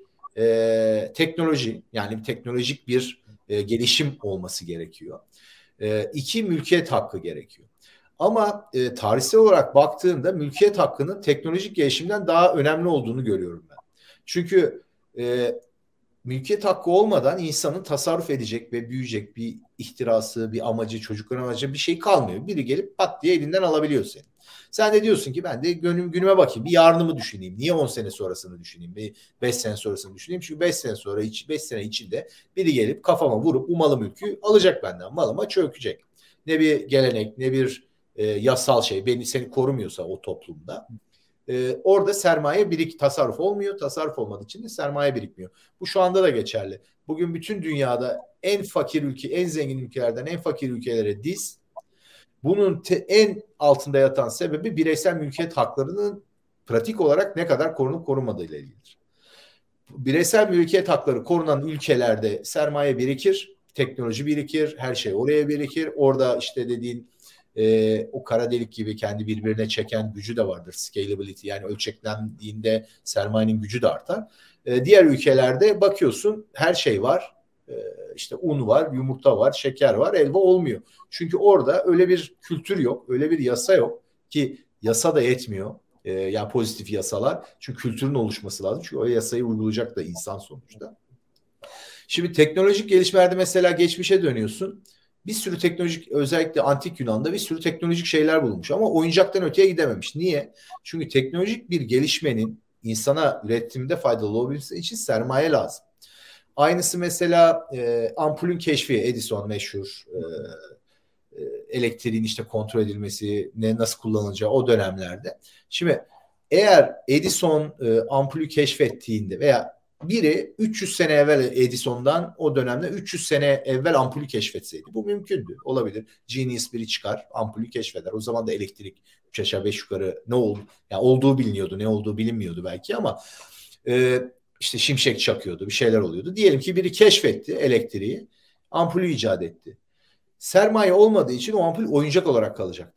e, teknoloji, yani bir teknolojik bir e, gelişim olması gerekiyor. E, iki, mülkiyet hakkı gerekiyor. Ama e, tarihsel olarak baktığında mülkiyet hakkının teknolojik gelişimden daha önemli olduğunu görüyorum ben. Çünkü e, mülkiyet hakkı olmadan insanın tasarruf edecek ve büyüyecek bir ihtirası, bir amacı, çocukların amacı bir şey kalmıyor. Biri gelip pat diye elinden alabiliyor seni. Sen de diyorsun ki ben de günüm, günüme bakayım. Bir yarınımı düşüneyim. Niye on sene sonrasını düşüneyim? Bir beş sene sonrasını düşüneyim. Çünkü beş sene sonra, beş sene içinde biri gelip kafama vurup bu malı mülkü alacak benden. Malıma çökecek. Ne bir gelenek, ne bir e, yasal şey beni seni korumuyorsa o toplumda. Ee, orada sermaye birik tasarruf olmuyor. Tasarruf olmadığı için de sermaye birikmiyor. Bu şu anda da geçerli. Bugün bütün dünyada en fakir ülke, en zengin ülkelerden en fakir ülkelere diz. Bunun te, en altında yatan sebebi bireysel mülkiyet haklarının pratik olarak ne kadar korunup korunmadığı ile ilgilidir. Bireysel mülkiyet hakları korunan ülkelerde sermaye birikir, teknoloji birikir, her şey oraya birikir. Orada işte dediğin e, o kara delik gibi kendi birbirine çeken gücü de vardır. Scalability, yani ölçeklendiğinde sermayenin gücü de artar. E, diğer ülkelerde bakıyorsun her şey var. E, işte un var, yumurta var, şeker var, elva olmuyor. Çünkü orada öyle bir kültür yok, öyle bir yasa yok ki yasa da yetmiyor. E, yani pozitif yasalar. Çünkü kültürün oluşması lazım. Çünkü o yasayı uygulayacak da insan sonuçta. Şimdi teknolojik gelişmelerde mesela geçmişe dönüyorsun. Bir sürü teknolojik, özellikle antik Yunan'da bir sürü teknolojik şeyler bulunmuş ama oyuncaktan öteye gidememiş. Niye? Çünkü teknolojik bir gelişmenin insana üretimde faydalı olabilmesi için sermaye lazım. Aynısı mesela e, ampulün keşfi, Edison meşhur, e, e, elektriğin işte kontrol edilmesi, ne nasıl kullanılacağı o dönemlerde. Şimdi eğer Edison e, ampulü keşfettiğinde veya biri üç yüz sene evvel Edison'dan o dönemde üç yüz sene evvel ampulü keşfetseydi. Bu mümkündü. Olabilir. Genius biri çıkar, ampulü keşfeder. O zaman da elektrik üç aşağı beş yukarı ne oldu? Yani olduğu biliniyordu, ne olduğu bilinmiyordu belki ama e, işte şimşek çakıyordu, bir şeyler oluyordu. Diyelim ki biri keşfetti elektriği, ampulü icat etti. Sermaye olmadığı için o ampul oyuncak olarak kalacaktı.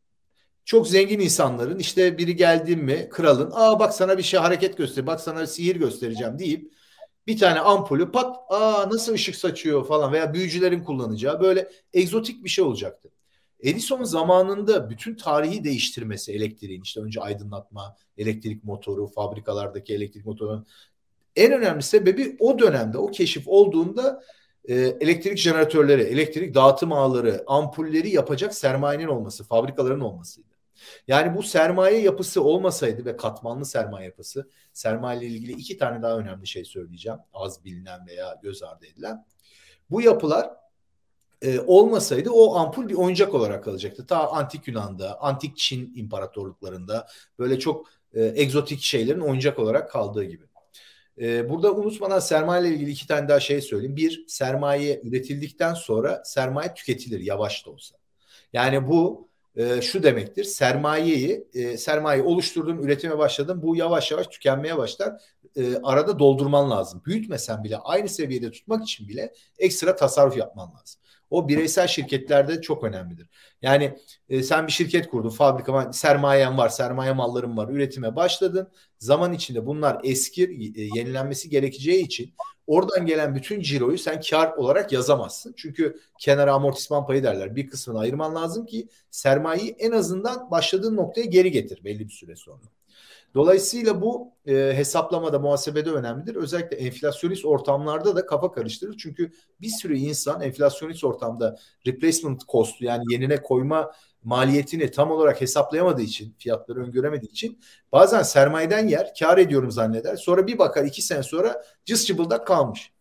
Çok zengin insanların işte biri geldi mi kralın, aa bak sana bir şey hareket göster, bak sana sihir göstereceğim deyip bir tane ampulü pat, aa nasıl ışık saçıyor falan veya büyücülerin kullanacağı böyle egzotik bir şey olacaktı. Edison'un zamanında bütün tarihi değiştirmesi elektriğin, işte önce aydınlatma, elektrik motoru, fabrikalardaki elektrik motoru, en önemli sebebi o dönemde o keşif olduğunda e, elektrik jeneratörleri, elektrik dağıtım ağları, ampulleri yapacak sermayenin olması, fabrikaların olmasıydı. Yani bu sermaye yapısı olmasaydı ve katmanlı sermaye yapısı, sermaye ile ilgili iki tane daha önemli şey söyleyeceğim. Az bilinen veya göz ardı edilen. Bu yapılar e, olmasaydı o ampul bir oyuncak olarak kalacaktı. Ta antik Yunan'da, antik Çin imparatorluklarında böyle çok e, egzotik şeylerin oyuncak olarak kaldığı gibi. Ee, burada unutmadan sermaye ile ilgili iki tane daha şey söyleyeyim. Bir, sermaye üretildikten sonra sermaye tüketilir yavaş da olsa. Yani bu e, şu demektir. Sermayeyi, e, sermaye oluşturdun, üretime başladın. Bu yavaş yavaş tükenmeye başlar. E, arada doldurman lazım. Büyütmesen bile aynı seviyede tutmak için bile ekstra tasarruf yapman lazım. O bireysel şirketlerde çok önemlidir. Yani e, sen bir şirket kurdun, fabrika, sermayen var, sermaye malların var, üretime başladın. Zaman içinde bunlar eskir, e, yenilenmesi gerekeceği için oradan gelen bütün ciroyu sen kar olarak yazamazsın. Çünkü kenara amortisman payı derler. Bir kısmını ayırman lazım ki sermayeyi en azından başladığın noktaya geri getir belli bir süre sonra. Dolayısıyla bu e, hesaplamada, muhasebede önemlidir. Özellikle enflasyonist ortamlarda da kafa karıştırır. Çünkü bir sürü insan enflasyonist ortamda replacement cost, yani yerine koyma maliyetini tam olarak hesaplayamadığı için, fiyatları öngöremediği için bazen sermayeden yer, kar ediyorum zanneder. Sonra bir bakar iki sene sonra cız cıbıldak kalmış.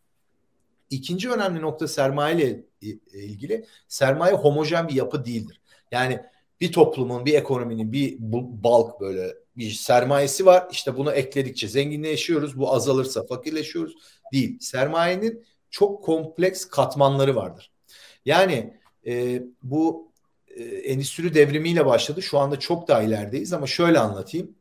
İkinci önemli nokta sermaye ile ilgili. Sermaye homojen bir yapı değildir. Yani bir toplumun, bir ekonominin, bir bulk böyle bir sermayesi var. İşte bunu ekledikçe zenginleşiyoruz. Bu azalırsa fakirleşiyoruz. Değil. Sermayenin çok kompleks katmanları vardır. Yani e, bu e, endüstri devrimiyle başladı. Şu anda çok daha ilerideyiz ama şöyle anlatayım.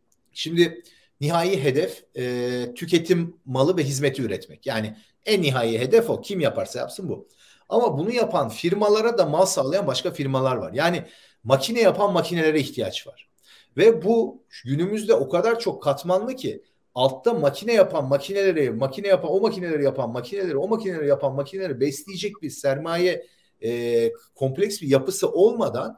Şimdi nihai hedef e, tüketim malı ve hizmeti üretmek. Yani en nihai hedef o. Kim yaparsa yapsın bu. Ama bunu yapan firmalara da mal sağlayan başka firmalar var. Yani makine yapan makinelere ihtiyaç var. Ve bu günümüzde o kadar çok katmanlı ki altta makine yapan makineleri, makine yapan o makineleri yapan makineleri, o makineleri yapan makineleri besleyecek bir sermaye e, kompleks bir yapısı olmadan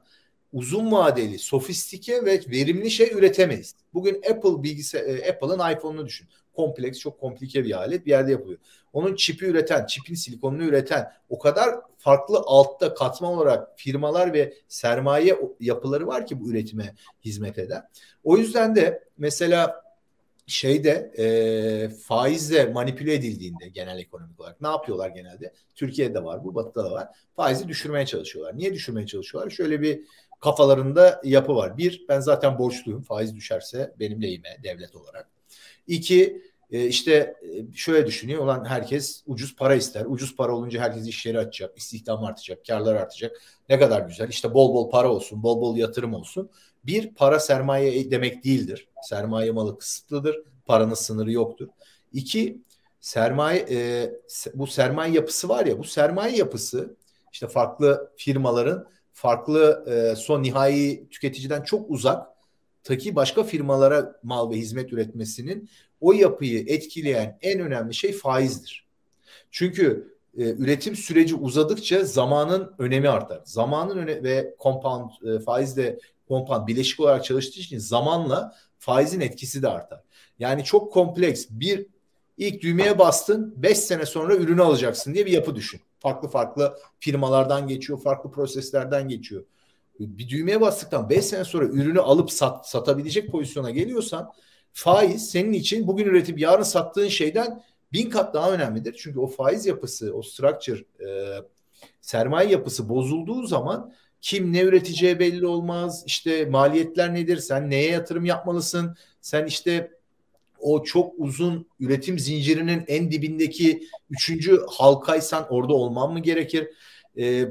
uzun vadeli, sofistike ve verimli şey üretemeyiz. Bugün Apple bilgisayar, Apple'ın iPhone'unu düşün. Kompleks, çok komplike bir alet bir yerde yapılıyor. Onun çipi üreten, çipin silikonunu üreten o kadar farklı altta katman olarak firmalar ve sermaye yapıları var ki bu üretime hizmet eden. O yüzden de mesela şeyde e, faizle manipüle edildiğinde genel ekonomik olarak ne yapıyorlar genelde? Türkiye'de var bu, Batı'da da var. Faizi düşürmeye çalışıyorlar. Niye düşürmeye çalışıyorlar? Şöyle bir kafalarında yapı var. Bir, ben zaten borçluyum. Faiz düşerse benim lehime devlet olarak. İki, e, işte şöyle düşünüyor. Olan herkes ucuz para ister. Ucuz para olunca herkes iş yeri açacak. İstihdam artacak. Karlar artacak. Ne kadar güzel. İşte bol bol para olsun. Bol bol yatırım olsun. Bir, para sermaye demek değildir. Sermaye malı kısıtlıdır. Paranın sınırı yoktur. İki, sermaye e, bu sermaye yapısı var ya, bu sermaye yapısı işte farklı firmaların farklı e, son nihai tüketiciden çok uzak taki başka firmalara mal ve hizmet üretmesinin o yapıyı etkileyen en önemli şey faizdir. Çünkü e, üretim süreci uzadıkça zamanın önemi artar. Zamanın öne ve compound e, faizle compound bileşik olarak çalıştığı için zamanla faizin etkisi de artar. Yani çok kompleks bir ilk düğmeye bastın beş sene sonra ürünü alacaksın diye bir yapı düşün. Farklı farklı firmalardan geçiyor, farklı proseslerden geçiyor. Bir düğmeye bastıktan beş sene sonra ürünü alıp sat, satabilecek pozisyona geliyorsan faiz senin için bugün üretip yarın sattığın şeyden bin kat daha önemlidir. Çünkü o faiz yapısı, o structure, e, sermaye yapısı bozulduğu zaman kim ne üreteceği belli olmaz. İşte maliyetler nedir? Sen neye yatırım yapmalısın? Sen işte o çok uzun üretim zincirinin en dibindeki üçüncü halkaysan orada olman mı gerekir? E,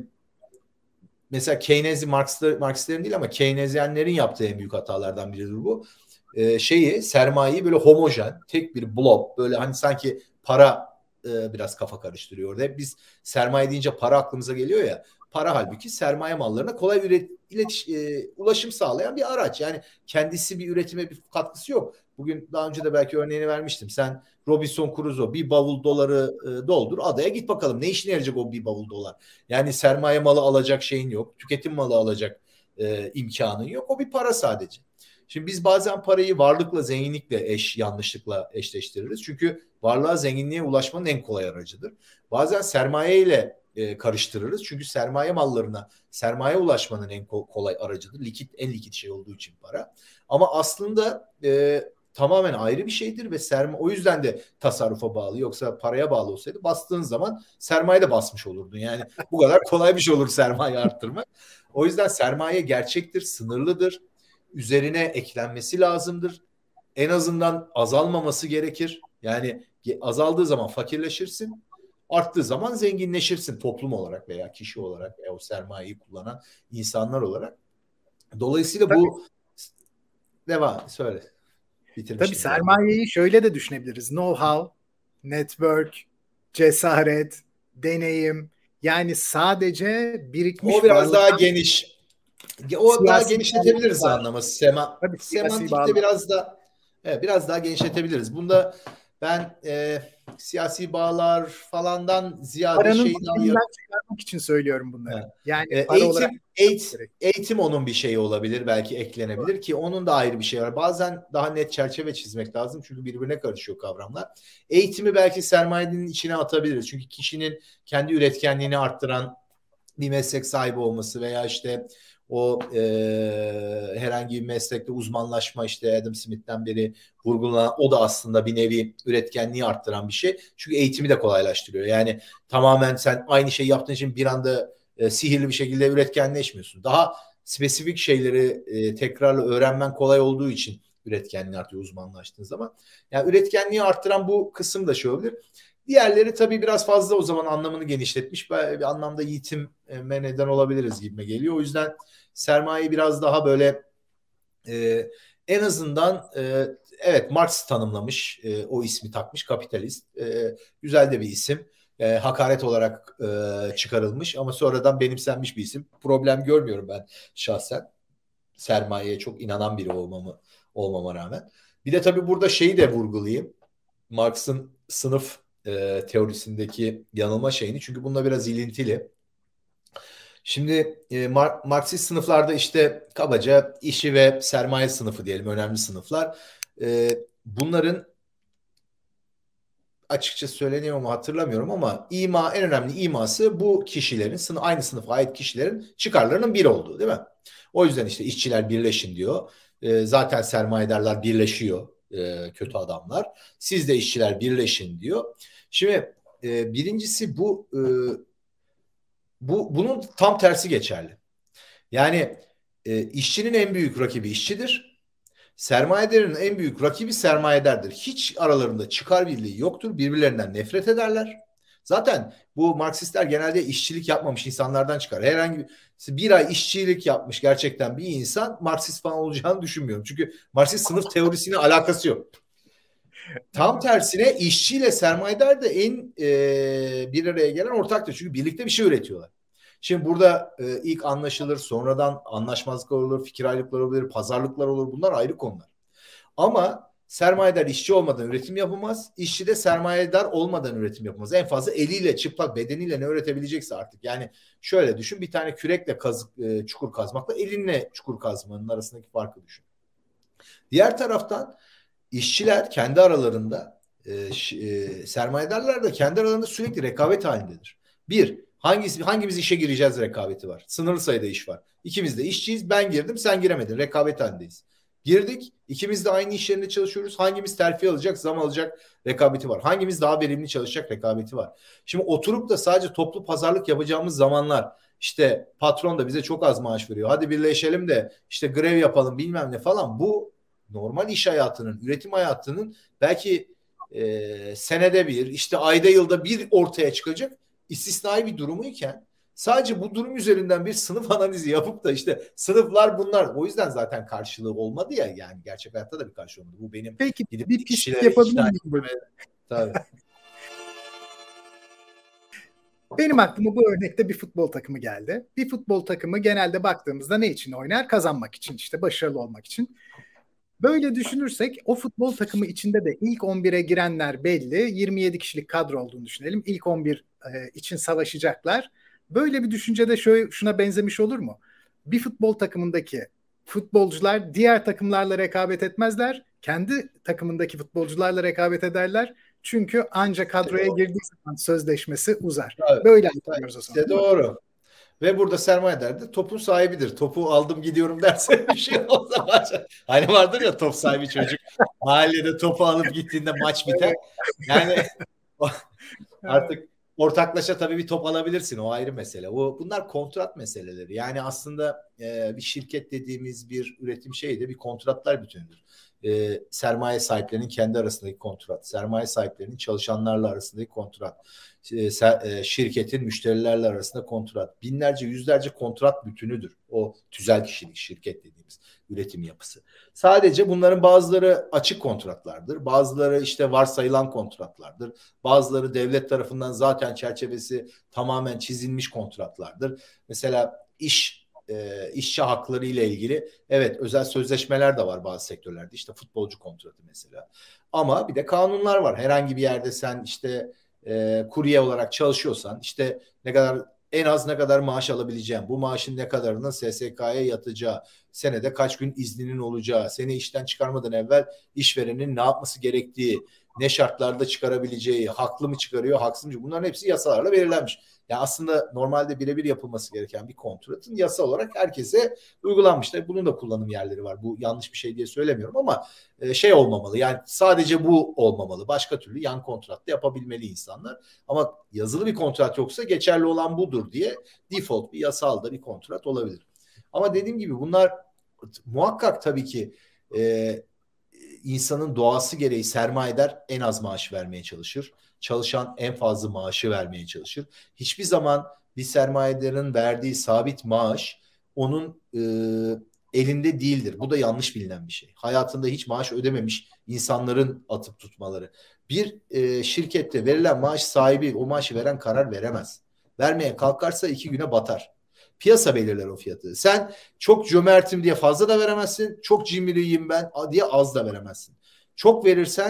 mesela Keynes'i Marksistlerin değil ama Keynesyenlerin yaptığı en büyük hatalardan biridir bu. Ee, şeyi sermayeyi böyle homojen tek bir blob böyle hani sanki para e, biraz kafa karıştırıyor orada. Hep biz sermaye deyince para aklımıza geliyor ya. Para halbuki sermaye mallarına kolay üret, iletiş, e, ulaşım sağlayan bir araç. Yani kendisi bir üretime bir katkısı yok. Bugün daha önce de belki örneğini vermiştim. Sen Robinson Crusoe bir bavul doları e, doldur adaya git bakalım. Ne işine yarayacak o bir bavul dolar? Yani sermaye malı alacak şeyin yok. Tüketim malı alacak e, imkanın yok. O bir para sadece. Şimdi biz bazen parayı varlıkla, zenginlikle eş, yanlışlıkla eşleştiririz. Çünkü varlığa, zenginliğe ulaşmanın en kolay aracıdır. Bazen sermaye ile e, karıştırırız. Çünkü sermaye mallarına, sermaye ulaşmanın en kolay aracıdır. Likit, en likit şey olduğu için para. Ama aslında e, tamamen ayrı bir şeydir ve sermaye o yüzden de tasarrufa bağlı. Yoksa paraya bağlı olsaydı bastığın zaman sermaye de basmış olurdun. Yani bu kadar kolay bir şey olur sermaye arttırmak. O yüzden sermaye gerçektir, sınırlıdır. Üzerine eklenmesi lazımdır. En azından azalmaması gerekir. Yani azaldığı zaman fakirleşirsin, arttığı zaman zenginleşirsin toplum olarak veya kişi olarak veya o sermayeyi kullanan insanlar olarak. Dolayısıyla Tabii. bu devam söyle. Tabii sermayeyi şöyle de düşünebiliriz. Know-how, network, cesaret, deneyim. Yani sadece birikmiş o biraz varlıktan... daha geniş. O daha genişletebiliriz anlamı. Sema, Tabii, semantikte biraz da evet, biraz daha genişletebiliriz. Bunda ben e, siyasi bağlar falandan ziyade paranın şeyi daha çıkarmak için söylüyorum bunları. Evet. Yani e, eğitim eğitim, eğitim onun bir şeyi olabilir, belki eklenebilir evet. Ki onun da ayrı bir şey var. Bazen daha net çerçeve çizmek lazım çünkü birbirine karışıyor kavramlar. Eğitimi belki sermayenin içine atabiliriz. Çünkü kişinin kendi üretkenliğini arttıran bir meslek sahibi olması veya işte o e, herhangi bir meslekte uzmanlaşma işte Adam Smith'ten beri vurgulanan o da aslında bir nevi üretkenliği arttıran bir şey. Çünkü eğitimi de kolaylaştırıyor. Yani tamamen sen aynı şeyi yaptığın için bir anda e, sihirli bir şekilde üretkenleşmiyorsun. Daha spesifik şeyleri e, tekrarla öğrenmen kolay olduğu için üretkenliği artıyor uzmanlaştığın zaman. Yani üretkenliği arttıran bu kısım da şey olabilir. Diğerleri tabii biraz fazla o zaman anlamını genişletmiş. Bir anlamda eğitime neden olabiliriz gibime geliyor. O yüzden sermayeyi biraz daha böyle e, en azından e, evet Marx tanımlamış, e, o ismi takmış kapitalist. E, güzel de bir isim. E, hakaret olarak e, çıkarılmış ama sonradan benimsenmiş bir isim. Problem görmüyorum ben şahsen. Sermayeye çok inanan biri olmamı, olmama rağmen. Bir de tabii burada şeyi de vurgulayayım. Marx'ın sınıf e, teorisindeki yanılma şeyini. Çünkü bununla biraz ilintili. Şimdi e, Mar- Marksist sınıflarda işte kabaca işçi ve sermaye sınıfı diyelim, önemli sınıflar. E, bunların açıkça söyleniyor mu hatırlamıyorum ama ima, en önemli iması bu kişilerin, sınıf, aynı sınıfa ait kişilerin çıkarlarının bir olduğu, değil mi? O yüzden işte işçiler birleşin diyor. E, zaten sermayedarlar birleşiyor, e, kötü adamlar. Siz de işçiler birleşin diyor. Şimdi e, birincisi bu e, bu bunun tam tersi geçerli. Yani e, işçinin en büyük rakibi işçidir. Sermayedarın en büyük rakibi sermayedardır. Hiç aralarında çıkar birliği yoktur. Birbirlerinden nefret ederler. Zaten bu Marksistler genelde işçilik yapmamış insanlardan çıkar. Herhangi bir, bir ay işçilik yapmış gerçekten bir insan Marksist falan olacağını düşünmüyorum. Çünkü Marksist sınıf teorisine alakası yok. Tam tersine işçiyle sermayedar da en e, bir araya gelen ortaktır. Çünkü birlikte bir şey üretiyorlar. Şimdi burada e, ilk anlaşılır, sonradan anlaşmazlıklar olur, fikir ayrılıkları olabilir, pazarlıklar olur. Bunlar ayrı konular. Ama sermayedar işçi olmadan üretim yapamaz. İşçi de sermayedar olmadan üretim yapamaz. En fazla eliyle, çıplak bedeniyle ne üretebilecekse artık. Yani şöyle düşün, bir tane kürekle kazık, e, çukur kazmakla elinle çukur kazmanın arasındaki farkı düşün. Diğer taraftan işçiler kendi aralarında e, e, sermayedarlar da kendi aralarında sürekli rekabet halindedir. Bir, hangisi, hangimiz işe gireceğiz rekabeti var. Sınırlı sayıda iş var. İkimiz de işçiyiz. Ben girdim, sen giremedin. Rekabet halindeyiz. Girdik. İkimiz de aynı iş yerinde çalışıyoruz. Hangimiz terfi alacak, zam alacak rekabeti var. Hangimiz daha verimli çalışacak rekabeti var. Şimdi oturup da sadece toplu pazarlık yapacağımız zamanlar işte patron da bize çok az maaş veriyor. Hadi birleşelim de işte grev yapalım bilmem ne falan. Bu normal iş hayatının, üretim hayatının belki e, senede bir, işte ayda yılda bir ortaya çıkacak istisnai bir durumuyken sadece bu durum üzerinden bir sınıf analizi yapıp da işte sınıflar bunlar. O yüzden zaten karşılığı olmadı ya, yani gerçek hayatta da bir karşılığı olmadı. Bu benim Peki gidip bir pislik işçilere yapabilir ikna miyim burada? etmeme. Tabii. Benim aklıma bu örnekte bir futbol takımı geldi. Bir futbol takımı genelde baktığımızda ne için oynar? Kazanmak için, işte başarılı olmak için. Böyle düşünürsek o futbol takımı içinde de ilk on bire girenler belli. yirmi yedi kişilik kadro olduğunu düşünelim. İlk on bir e, için savaşacaklar. Böyle bir düşüncede şöyle, şuna benzemiş olur mu? Bir futbol takımındaki futbolcular diğer takımlarla rekabet etmezler. Kendi takımındaki futbolcularla rekabet ederler. Çünkü ancak kadroya girdiği zaman sözleşmesi uzar. Tabii. Böyle anlıyoruz o zaman. İşte doğru. Ve burada sermayedar da topun sahibidir. Topu aldım gidiyorum derse bir şey olsa başlar. Hani vardır ya top sahibi çocuk. Mahallede topu alıp gittiğinde maç biter. Yani artık ortaklaşa tabii bir top alabilirsin. O ayrı mesele. O, bunlar kontrat meseleleri. Yani aslında e, bir şirket dediğimiz bir üretim şeyi de bir kontratlar bütünüdür. E, sermaye sahiplerinin kendi arasındaki kontrat. Sermaye sahiplerinin çalışanlarla arasındaki kontrat. E, ser, e, şirketin müşterilerle arasında kontrat. Binlerce, yüzlerce kontrat bütünüdür. O tüzel kişilik şirket dediğimiz üretim yapısı. Sadece bunların bazıları açık kontratlardır. Bazıları işte varsayılan kontratlardır. Bazıları devlet tarafından zaten çerçevesi tamamen çizilmiş kontratlardır. Mesela iş e, işçi hakları ile ilgili evet özel sözleşmeler de var bazı sektörlerde. İşte futbolcu kontratı mesela. Ama bir de kanunlar var. Herhangi bir yerde sen işte e, kurye olarak çalışıyorsan işte ne kadar en az ne kadar maaş alabileceğim, bu maaşın ne kadarının S S K'ya yatacağı, senede kaç gün izninin olacağı, seni işten çıkarmadan evvel işverenin ne yapması gerektiği, ne şartlarda çıkarabileceği, haklı mı çıkarıyor, haksız mı? Bunların hepsi yasalarla belirlenmiş. Yani aslında normalde birebir yapılması gereken bir kontratın yasa olarak herkese uygulanmış. Tabii bunun da kullanım yerleri var. Bu yanlış bir şey diye söylemiyorum ama şey olmamalı. Yani sadece bu olmamalı. Başka türlü yan kontratla yapabilmeli insanlar. Ama yazılı bir kontrat yoksa geçerli olan budur diye default bir yasal da bir kontrat olabilir. Ama dediğim gibi bunlar muhakkak tabii ki e, insanın doğası gereği sermayedar en az maaş vermeye çalışır. Çalışan en fazla maaşı vermeye çalışır. Hiçbir zaman bir sermayedarın verdiği sabit maaş onun e, elinde değildir. Bu da yanlış bilinen bir şey. Hayatında hiç maaş ödememiş insanların atıp tutmaları. Bir e, şirkette verilen maaş sahibi o maaşı veren karar veremez. Vermeye kalkarsa iki güne batar. Piyasa belirler o fiyatı. Sen çok cömertim diye fazla da veremezsin. Çok cimriyim ben diye az da veremezsin. Çok verirsen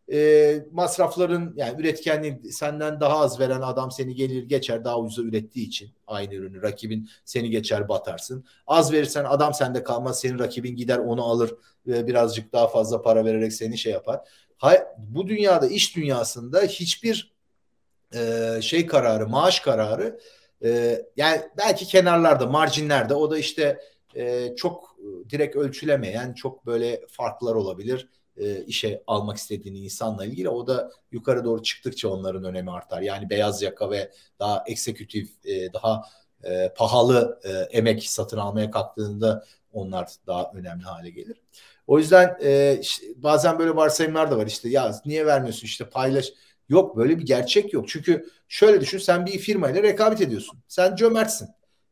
e, masrafların yani üretkenliğin senden daha az veren adam seni gelir geçer daha ucuza ürettiği için aynı ürünü rakibin seni geçer batarsın. Az verirsen adam sende kalmaz senin rakibin gider onu alır ve birazcık daha fazla para vererek seni şey yapar. Hay, bu dünyada iş dünyasında hiçbir e, şey kararı maaş kararı e, yani belki kenarlarda marjinlerde o da işte e, çok direkt ölçülemeyen çok böyle farklar olabilir. E, işe almak istediğin insanla ilgili o da yukarı doğru çıktıkça onların önemi artar. Yani beyaz yaka ve daha eksekütif e, daha e, pahalı e, emek satın almaya kalktığında onlar daha önemli hale gelir. O yüzden e, işte, bazen böyle varsayımlar da var işte ya niye vermiyorsun işte paylaş. Yok böyle bir gerçek yok. Çünkü şöyle düşün sen bir firmayla rekabet ediyorsun. Sen cömertsin.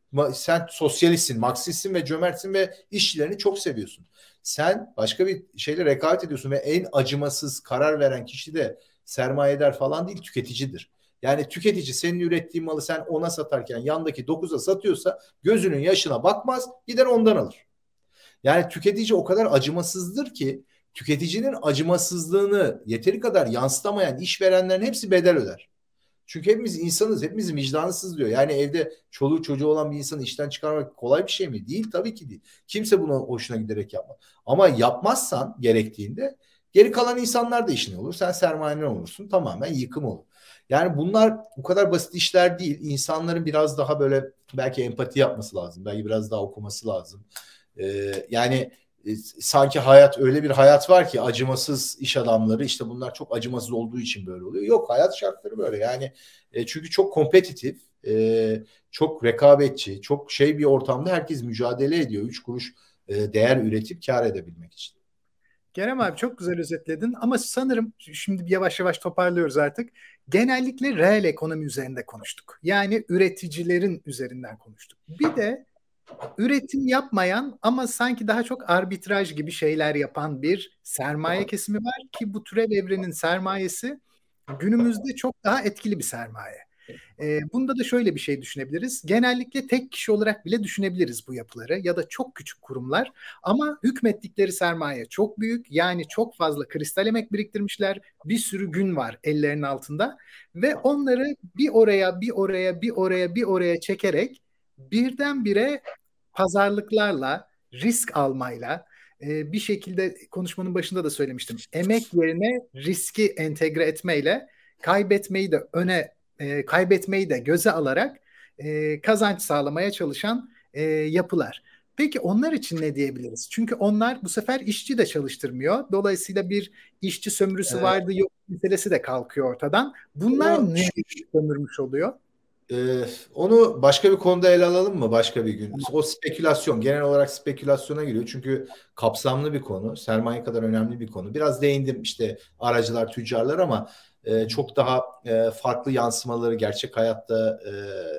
Sen sosyalistsin, Marksistsin ve cömertsin ve işçilerini çok seviyorsun. Sen başka bir şeyle rekabet ediyorsun ve en acımasız karar veren kişi de sermayedar falan değil tüketicidir. Yani tüketici senin ürettiğin malı sen ona satarken yandaki dokuza satıyorsa gözünün yaşına bakmaz gider ondan alır. Yani tüketici o kadar acımasızdır ki tüketicinin acımasızlığını yeteri kadar yansıtamayan işverenlerin hepsi bedel öder. Çünkü hepimiz insanız, hepimizin vicdanı sızlıyor. Yani evde çoluğu çocuğu olan bir insanı işten çıkarmak kolay bir şey mi? Değil, tabii ki değil. Kimse bunu hoşuna giderek yapmaz. Ama yapmazsan gerektiğinde geri kalan insanlar da işine olur. Sen sermayen olursun, tamamen yıkım olur. Yani bunlar bu kadar basit işler değil. İnsanların biraz daha böyle belki empati yapması lazım. Belki biraz daha okuması lazım. Ee, yani e, sanki hayat öyle bir hayat var ki acımasız iş adamları işte bunlar çok acımasız olduğu için böyle oluyor. Yok hayat şartları böyle yani e, çünkü çok kompetitif, e, çok rekabetçi, çok şey bir ortamda herkes mücadele ediyor. Üç kuruş e, değer üretip kar edebilmek için. Kerem abi çok güzel özetledin ama sanırım şimdi yavaş yavaş toparlıyoruz artık. Genellikle reel ekonomi üzerinde konuştuk. Yani üreticilerin üzerinden konuştuk. Bir de üretim yapmayan ama sanki daha çok arbitraj gibi şeyler yapan bir sermaye kesimi var ki bu türev evrenin sermayesi günümüzde çok daha etkili bir sermaye. E, bunda da şöyle bir şey düşünebiliriz. Genellikle tek kişi olarak bile düşünebiliriz bu yapıları ya da çok küçük kurumlar ama hükmettikleri sermaye çok büyük. Yani çok fazla kristal emek biriktirmişler. Bir sürü gün var ellerinin altında ve onları bir oraya bir oraya bir oraya bir oraya çekerek birdenbire pazarlıklarla, risk almayla e, bir şekilde konuşmanın başında da söylemiştim. Emek yerine riski entegre etmeyle kaybetmeyi de öne e, kaybetmeyi de göze alarak e, kazanç sağlamaya çalışan e, yapılar. Peki onlar için ne diyebiliriz? Çünkü onlar bu sefer işçi de çalıştırmıyor. Dolayısıyla bir işçi sömürüsü Evet. vardı yok meselesi de kalkıyor ortadan. Bunlar Bunu, ne sömürmüş oluyor? Ee, onu başka bir konuda ele alalım mı başka bir gün? O spekülasyon genel olarak spekülasyona giriyor. Çünkü kapsamlı bir konu. Sermaye kadar önemli bir konu. Biraz değindim işte aracılar, tüccarlar ama e, çok daha e, farklı yansımaları gerçek hayatta e,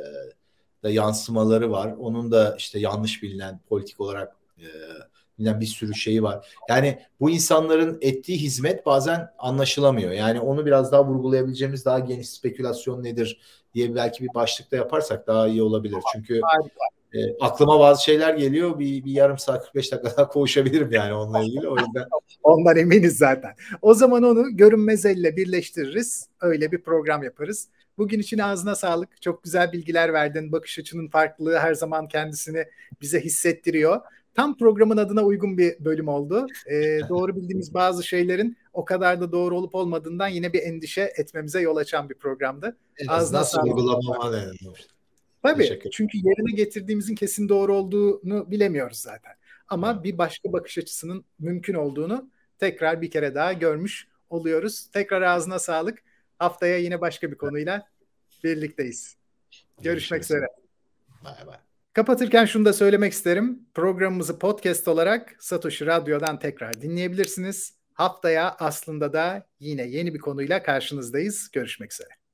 da yansımaları var. Onun da işte yanlış bilinen politik olarak e, bilinen bir sürü şeyi var. Yani bu insanların ettiği hizmet bazen anlaşılamıyor. Yani onu biraz daha vurgulayabileceğimiz daha geniş spekülasyon nedir diye belki bir başlıkta yaparsak daha iyi olabilir. Çünkü e, aklıma bazı şeyler geliyor. Bir, bir yarım saat kırk beş dakika daha konuşabilirim yani onunla ilgili. O yüzden Ondan eminiz zaten. O zaman onu görünmez elle birleştiririz. Öyle bir program yaparız. Bugün için ağzına sağlık. Çok güzel bilgiler verdin. Bakış açının farklılığı her zaman kendisini bize hissettiriyor. Tam programın adına uygun bir bölüm oldu. Ee, doğru bildiğimiz bazı şeylerin o kadar da doğru olup olmadığından yine bir endişe etmemize yol açan bir programdı. en Ağzına azından sağlık. sorgulamama denilmiş. Tabii. Çünkü yerine getirdiğimizin kesin doğru olduğunu bilemiyoruz zaten. Ama evet. Bir başka bakış açısının mümkün olduğunu tekrar bir kere daha görmüş oluyoruz. Tekrar ağzına sağlık. Haftaya yine başka bir konuyla birlikteyiz. Görüşmek Görüşürüz. üzere. Bay bay. Kapatırken şunu da söylemek isterim. Programımızı podcast olarak Satoshi Radyo'dan tekrar dinleyebilirsiniz. Haftaya aslında da yine yeni bir konuyla karşınızdayız. Görüşmek üzere.